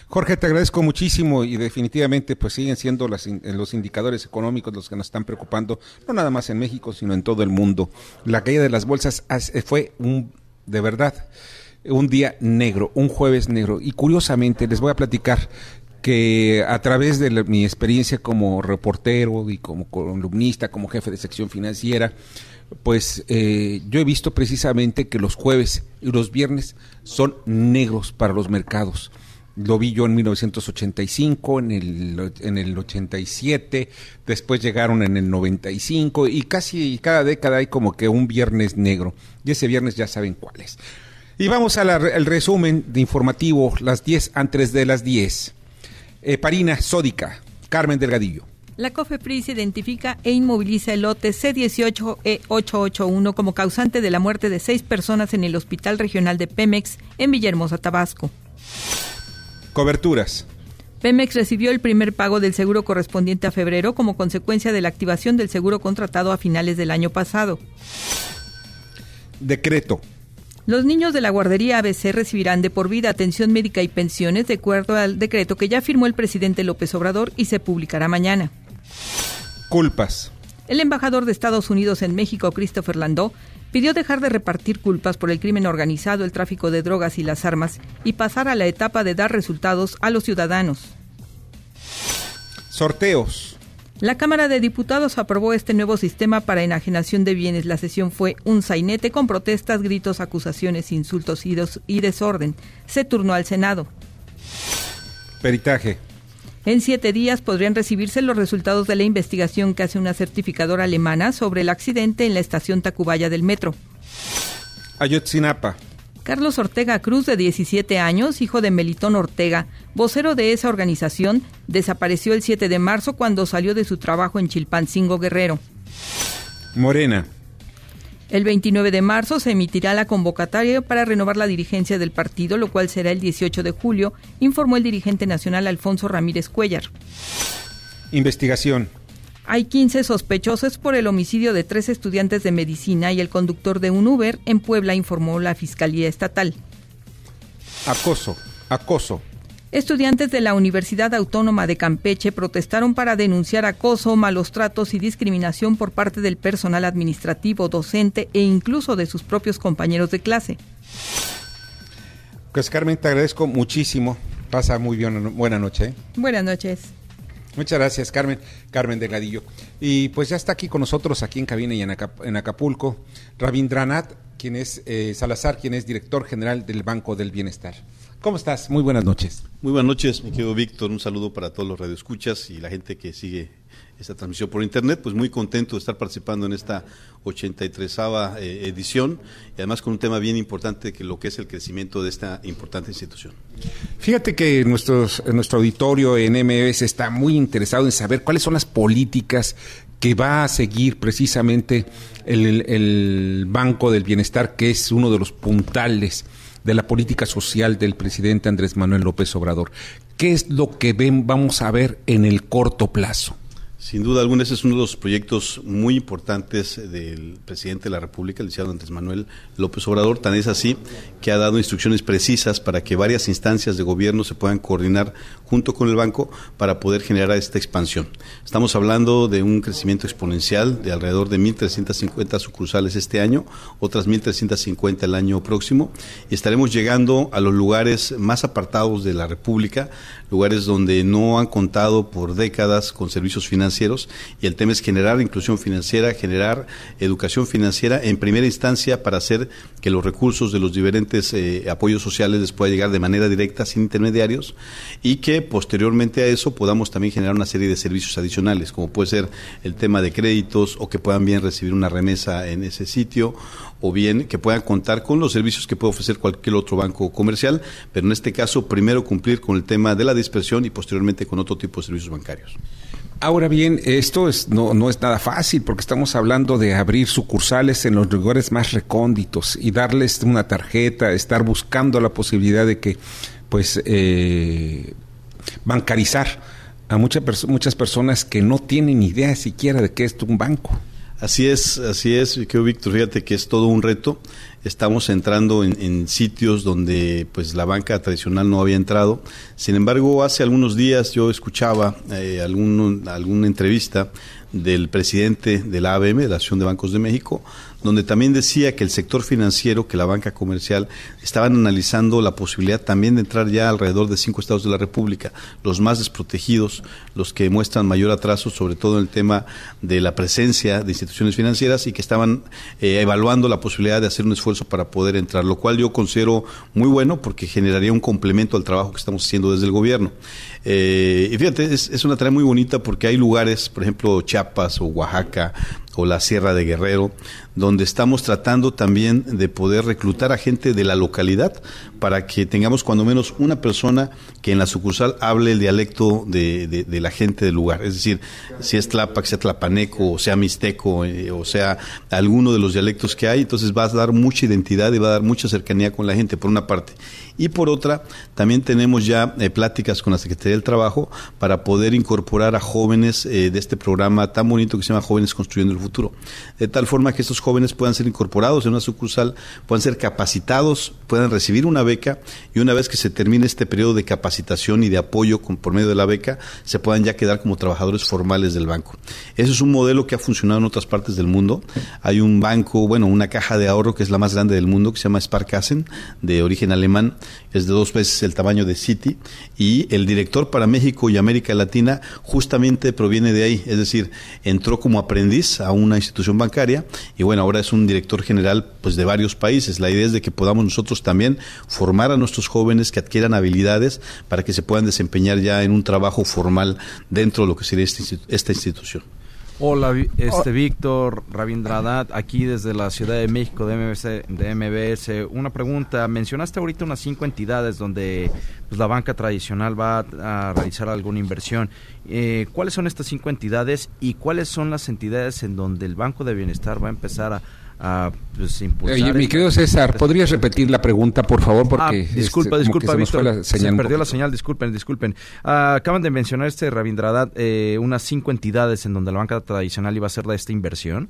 Jorge, te agradezco muchísimo y definitivamente pues siguen siendo las, los indicadores económicos los que nos están preocupando, no nada más en México, sino en todo el mundo. La caída de las bolsas fue un, de verdad, un día negro, un jueves negro. Y curiosamente les voy a platicar que a través de la, mi experiencia como reportero y como columnista, como jefe de sección financiera, pues eh, yo he visto precisamente que los jueves y los viernes son negros para los mercados. Lo vi yo en mil novecientos ochenta y cinco, en el, en el ochenta y siete, después llegaron en el noventa y cinco y casi cada década hay como que un viernes negro. Y ese viernes ya saben cuál es. Y vamos al resumen de informativo, las diez antes de las diez. Eh, Parina Sódica, Carmen Delgadillo. La COFEPRIS identifica e inmoviliza el lote C dieciocho E ochocientos ochenta y uno como causante de la muerte de seis personas en el Hospital Regional de Pemex en Villahermosa, Tabasco. Coberturas. Pemex recibió el primer pago del seguro correspondiente a febrero como consecuencia de la activación del seguro contratado a finales del año pasado. Decreto. Los niños de la guardería A B C recibirán de por vida atención médica y pensiones de acuerdo al decreto que ya firmó el presidente López Obrador y se publicará mañana. Culpas. El embajador de Estados Unidos en México, Christopher Landau, pidió dejar de repartir culpas por el crimen organizado, el tráfico de drogas y las armas y pasar a la etapa de dar resultados a los ciudadanos. Sorteos. La Cámara de Diputados aprobó este nuevo sistema para enajenación de bienes. La sesión fue un sainete con protestas, gritos, acusaciones, insultos y, dos, y desorden. Se turnó al Senado. Peritaje. En siete días podrían recibirse los resultados de la investigación que hace una certificadora alemana sobre el accidente en la estación Tacubaya del metro. Ayotzinapa. Carlos Ortega Cruz, de diecisiete años, hijo de Melitón Ortega, vocero de esa organización, desapareció el siete de marzo cuando salió de su trabajo en Chilpancingo, Guerrero. Morena. El veintinueve de marzo se emitirá la convocatoria para renovar la dirigencia del partido, lo cual será el dieciocho de julio, informó el dirigente nacional Alfonso Ramírez Cuellar. Investigación. Hay quince sospechosos por el homicidio de tres estudiantes de medicina y el conductor de un Uber en Puebla, informó la Fiscalía Estatal. Acoso, acoso. Estudiantes de la Universidad Autónoma de Campeche protestaron para denunciar acoso, malos tratos y discriminación por parte del personal administrativo, docente e incluso de sus propios compañeros de clase. Pues Carmen, te agradezco muchísimo. Pasa muy bien, buena noche. ¿eh? Buenas noches. Muchas gracias, Carmen, Carmen Delgadillo. Y pues ya está aquí con nosotros, aquí en cabina y en, Acap- en Acapulco, Rabindranath, quien es eh, Salazar, quien es director general del Banco del Bienestar. ¿Cómo estás? Muy buenas noches. Muy buenas noches, mi querido Víctor. Un saludo para todos los radioescuchas y la gente que sigue esta transmisión por internet. Pues muy contento de estar participando en esta ochenta y tresava eh, edición y además con un tema bien importante que lo que es el crecimiento de esta importante institución. Fíjate que nuestros, nuestro auditorio en M B S está muy interesado en saber cuáles son las políticas que va a seguir precisamente el, el Banco del Bienestar, que es uno de los puntales de la política social del presidente Andrés Manuel López Obrador. ¿Qué es lo que ven, vamos a ver en el corto plazo? Sin duda alguna, ese es uno de los proyectos muy importantes del presidente de la República, el licenciado Andrés Manuel López Obrador. Tan es así que ha dado instrucciones precisas para que varias instancias de gobierno se puedan coordinar junto con el banco para poder generar esta expansión. Estamos hablando de un crecimiento exponencial de alrededor de mil trescientas cincuenta sucursales este año, otras mil trescientas cincuenta el año próximo, y estaremos llegando a los lugares más apartados de la República, lugares donde no han contado por décadas con servicios financieros, y el tema es generar inclusión financiera, generar educación financiera en primera instancia para hacer que los recursos de los diferentes eh, apoyos sociales les pueda llegar de manera directa, sin intermediarios, y que posteriormente a eso podamos también generar una serie de servicios adicionales, como puede ser el tema de créditos, o que puedan bien recibir una remesa en ese sitio, o bien que puedan contar con los servicios que puede ofrecer cualquier otro banco comercial, pero en este caso primero cumplir con el tema de la dispersión y posteriormente con otro tipo de servicios bancarios. Ahora bien, esto es, no, no es nada fácil, porque estamos hablando de abrir sucursales en los lugares más recónditos y darles una tarjeta, estar buscando la posibilidad de que, pues, eh, bancarizar a muchas, muchas personas que no tienen idea siquiera de qué es un banco. Así es, así es, creo, Víctor, fíjate que es todo un reto. Estamos entrando en, en sitios donde pues la banca tradicional no había entrado. Sin embargo, hace algunos días yo escuchaba eh, algún, alguna entrevista del presidente de la A B M, de la Asociación de Bancos de México, donde también decía que el sector financiero, que la banca comercial, estaban analizando la posibilidad también de entrar ya alrededor de cinco estados de la República, los más desprotegidos, los que muestran mayor atraso, sobre todo en el tema de la presencia de instituciones financieras, y que estaban eh, evaluando la posibilidad de hacer un esfuerzo para poder entrar, lo cual yo considero muy bueno porque generaría un complemento al trabajo que estamos haciendo desde el gobierno. Eh, y fíjate, es, es una tarea muy bonita porque hay lugares, por ejemplo, Chiapas o Oaxaca o la Sierra de Guerrero, donde estamos tratando también de poder reclutar a gente de la localidad para que tengamos cuando menos una persona que en la sucursal hable el dialecto de, de, de la gente del lugar. Es decir, si es Tlápac, sea tlapaneco, o sea mixteco, eh, o sea alguno de los dialectos que hay, entonces va a dar mucha identidad y va a dar mucha cercanía con la gente, por una parte. Y por otra, también tenemos ya eh, pláticas con la Secretaría del Trabajo para poder incorporar a jóvenes eh, de este programa tan bonito que se llama Jóvenes Construyendo el Futuro. De tal forma que estos jóvenes puedan ser incorporados en una sucursal, puedan ser capacitados, puedan recibir una beca, y una vez que se termine este periodo de capacitación y de apoyo con, por medio de la beca, se puedan ya quedar como trabajadores formales del banco. Eso es un modelo que ha funcionado en otras partes del mundo. Hay un banco, bueno, una caja de ahorro que es la más grande del mundo, que se llama Sparkassen, de origen alemán, es de dos veces el tamaño de Citi, y el director para México y América Latina justamente proviene de ahí, es decir, entró como aprendiz a una institución bancaria y bueno, ahora es un director general pues de varios países. La idea es de que podamos nosotros también formar a nuestros jóvenes que adquieran habilidades para que se puedan desempeñar ya en un trabajo formal dentro de lo que sería esta institución. Hola, este Víctor Rabindranath, aquí desde la Ciudad de México de M B S, de M B S. Una pregunta, mencionaste ahorita unas cinco entidades donde pues, la banca tradicional va a, a realizar alguna inversión. Eh, ¿Cuáles son estas cinco entidades y cuáles son las entidades en donde el Banco de Bienestar va a empezar a a pues, impulsar? Oye, mi querido César, ¿podrías repetir la pregunta, por favor? Porque ah, disculpa, este, disculpa, se Víctor, la se perdió la señal, disculpen, disculpen. Uh, acaban de mencionar este Rabindranath, eh, unas cinco entidades en donde la banca tradicional iba a hacer esta inversión,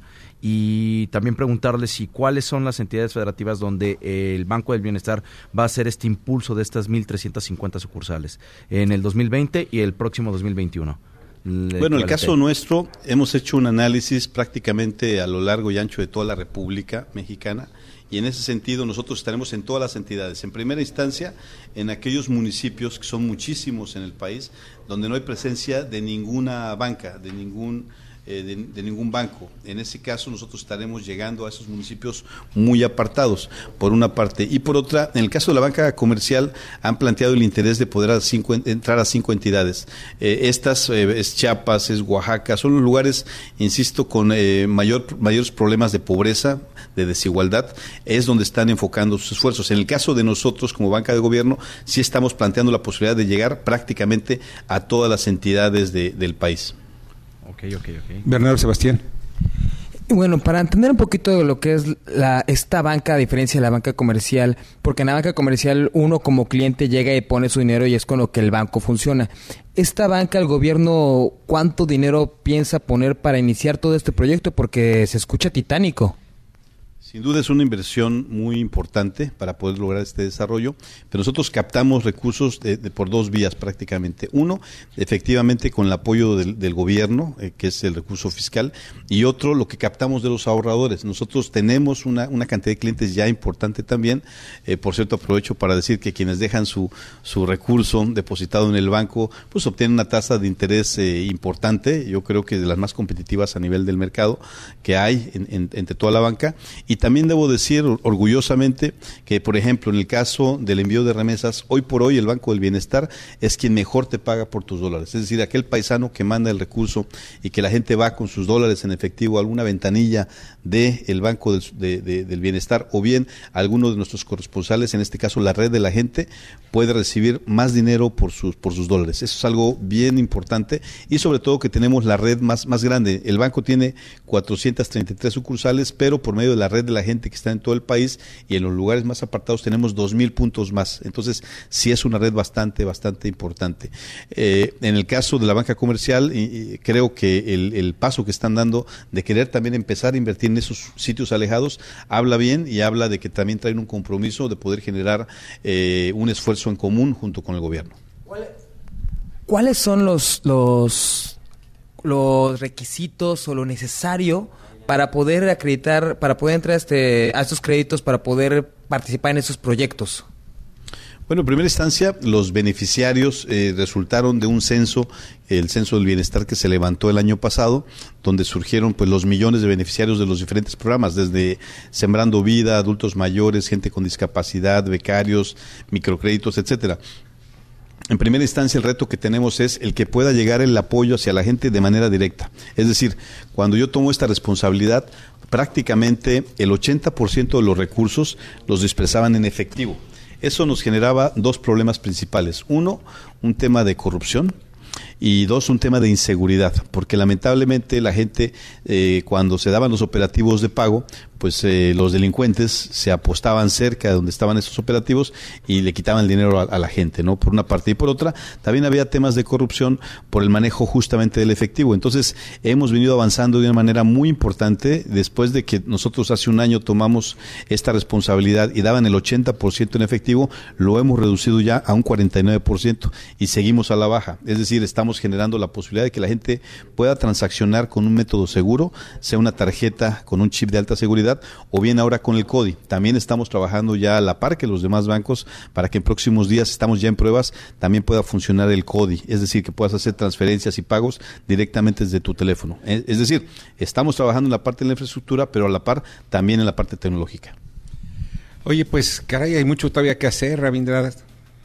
y también preguntarle si cuáles son las entidades federativas donde eh, el Banco del Bienestar va a hacer este impulso de estas mil trescientas cincuenta sucursales en el dos mil veinte y el próximo dos mil veintiuno. Bueno, en el caso nuestro, hemos hecho un análisis prácticamente a lo largo y ancho de toda la República Mexicana, y en ese sentido nosotros estaremos en todas las entidades. En primera instancia, en aquellos municipios, que son muchísimos en el país, donde no hay presencia de ninguna banca, de ningún Eh, de, de ningún banco. En ese caso nosotros estaremos llegando a esos municipios muy apartados, por una parte, y por otra, en el caso de la banca comercial han planteado el interés de poder a cinco, entrar a cinco entidades. Eh, estas eh, es Chiapas, es Oaxaca, son los lugares, insisto, con eh, mayor, mayores problemas de pobreza, de desigualdad, es donde están enfocando sus esfuerzos. En el caso de nosotros como banca de gobierno, sí estamos planteando la posibilidad de llegar prácticamente a todas las entidades de, del país. Okay, okay, okay. Bernardo Sebastián. Bueno, para entender un poquito de lo que es la esta banca, a diferencia de la banca comercial, porque en la banca comercial uno como cliente llega y pone su dinero y es con lo que el banco funciona. Esta banca, el gobierno, ¿cuánto dinero piensa poner para iniciar todo este proyecto? Porque se escucha titánico. Sin duda es una inversión muy importante para poder lograr este desarrollo, pero nosotros captamos recursos de, de, por dos vías prácticamente. Uno, efectivamente con el apoyo del, del gobierno, eh, que es el recurso fiscal, y otro, lo que captamos de los ahorradores. Nosotros tenemos una, una cantidad de clientes ya importante también. Eh, por cierto, aprovecho para decir que quienes dejan su, su recurso depositado en el banco, pues obtienen una tasa de interés eh, importante, yo creo que de las más competitivas a nivel del mercado que hay en, en, entre toda la banca. Y también debo decir orgullosamente que, por ejemplo, en el caso del envío de remesas, hoy por hoy el Banco del Bienestar es quien mejor te paga por tus dólares. Es decir, aquel paisano que manda el recurso y que la gente va con sus dólares en efectivo a alguna ventanilla del Banco del, de, de, del Bienestar, o bien alguno de nuestros corresponsales, en este caso la red de la gente, puede recibir más dinero por sus, por sus dólares. Eso es algo bien importante, y sobre todo que tenemos la red más, más grande. El banco tiene cuatrocientas treinta y tres sucursales, pero por medio de la red red de la gente que está en todo el país, y en los lugares más apartados tenemos dos mil puntos más. Entonces, sí es una red bastante, bastante importante. Eh, en el caso de la banca comercial, y, y creo que el, el paso que están dando de querer también empezar a invertir en esos sitios alejados, habla bien y habla de que también traen un compromiso de poder generar eh, un esfuerzo en común junto con el gobierno. ¿Cuáles son los, los, los requisitos o lo necesario para poder acreditar, para poder entrar a, este, a estos créditos, para poder participar en esos proyectos? Bueno, en primera instancia, los beneficiarios eh, resultaron de un censo, el censo del bienestar que se levantó el año pasado, donde surgieron pues los millones de beneficiarios de los diferentes programas, desde Sembrando Vida, adultos mayores, gente con discapacidad, becarios, microcréditos, etcétera. En primera instancia, el reto que tenemos es el que pueda llegar el apoyo hacia la gente de manera directa. Es decir, cuando yo tomo esta responsabilidad, prácticamente el ochenta por ciento de los recursos los dispersaban en efectivo. Eso nos generaba dos problemas principales. Uno, un tema de corrupción, y dos, un tema de inseguridad, porque lamentablemente la gente, eh, cuando se daban los operativos de pago, pues eh, los delincuentes se apostaban cerca de donde estaban esos operativos y le quitaban el dinero a, a la gente, ¿no? Por una parte, y por otra, también había temas de corrupción por el manejo justamente del efectivo. Entonces, hemos venido avanzando de una manera muy importante después de que nosotros hace un año tomamos esta responsabilidad y daban el ochenta por ciento en efectivo, lo hemos reducido ya a un cuarenta y nueve por ciento y seguimos a la baja. Es decir, estamos generando la posibilidad de que la gente pueda transaccionar con un método seguro, sea una tarjeta con un chip de alta seguridad, o bien ahora con el CODI. También estamos trabajando ya a la par que los demás bancos para que en próximos días, estamos ya en pruebas, también pueda funcionar el CODI, es decir, que puedas hacer transferencias y pagos directamente desde tu teléfono. Es decir, estamos trabajando en la parte de la infraestructura, pero a la par también en la parte tecnológica. Oye, pues caray, hay mucho todavía que hacer, Rabindranath.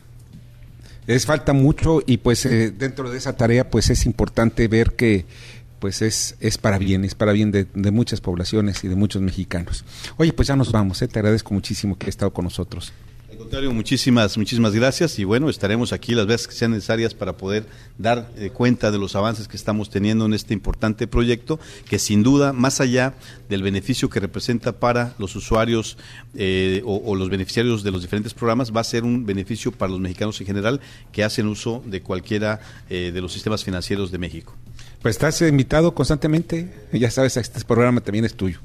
Es falta mucho y pues eh, dentro de esa tarea pues es importante ver que pues es es para bien, es para bien de, de muchas poblaciones y de muchos mexicanos. Oye, pues ya nos vamos, ¿eh? Te agradezco muchísimo que hayas estado con nosotros. Al contrario, muchísimas, muchísimas gracias y bueno, estaremos aquí las veces que sean necesarias para poder dar eh, cuenta de los avances que estamos teniendo en este importante proyecto, que sin duda, más allá del beneficio que representa para los usuarios eh, o, o los beneficiarios de los diferentes programas, va a ser un beneficio para los mexicanos en general que hacen uso de cualquiera eh, de los sistemas financieros de México. Pues estás invitado constantemente, ya sabes, este programa también es tuyo.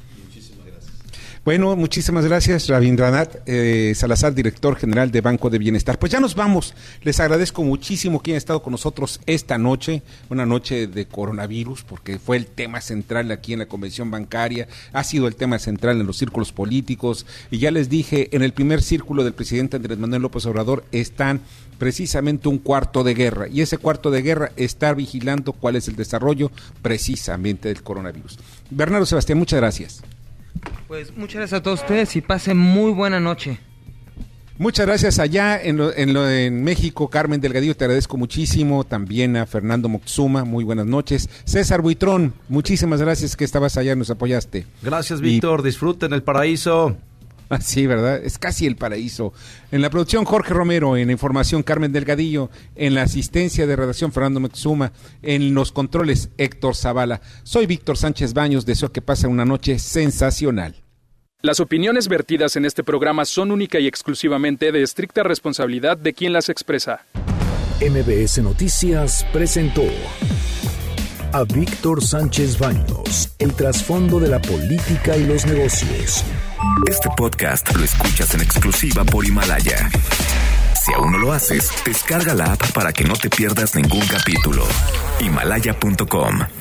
Bueno, muchísimas gracias, Rabindranath eh, Salazar, director general de Banco de Bienestar. Pues ya nos vamos. Les agradezco muchísimo que hayan estado con nosotros esta noche, una noche de coronavirus, porque fue el tema central aquí en la Convención Bancaria, ha sido el tema central en los círculos políticos, y ya les dije, en el primer círculo del presidente Andrés Manuel López Obrador están precisamente un cuarto de guerra, y ese cuarto de guerra está vigilando cuál es el desarrollo precisamente del coronavirus. Bernardo Sebastián, muchas gracias. Pues muchas gracias a todos ustedes y pasen muy buena noche. Muchas gracias allá en, lo, en, lo, en México, Carmen Delgadillo, te agradezco muchísimo. También a Fernando Moctezuma, muy buenas noches. César Buitrón, muchísimas gracias que estabas allá y nos apoyaste. Gracias, Víctor, y... disfruten el paraíso. Ah, sí, ¿verdad? Es casi el paraíso. En la producción, Jorge Romero. En la información, Carmen Delgadillo. En la asistencia de redacción, Fernando Moctezuma. En los controles, Héctor Zavala. Soy Víctor Sánchez Baños. Deseo que pasen una noche sensacional. Las opiniones vertidas en este programa son única y exclusivamente de estricta responsabilidad de quien las expresa. M B S Noticias presentó a Víctor Sánchez Baños, el trasfondo de la política y los negocios. Este podcast lo escuchas en exclusiva por Himalaya. Si aún no lo haces, descarga la app para que no te pierdas ningún capítulo. Himalaya punto com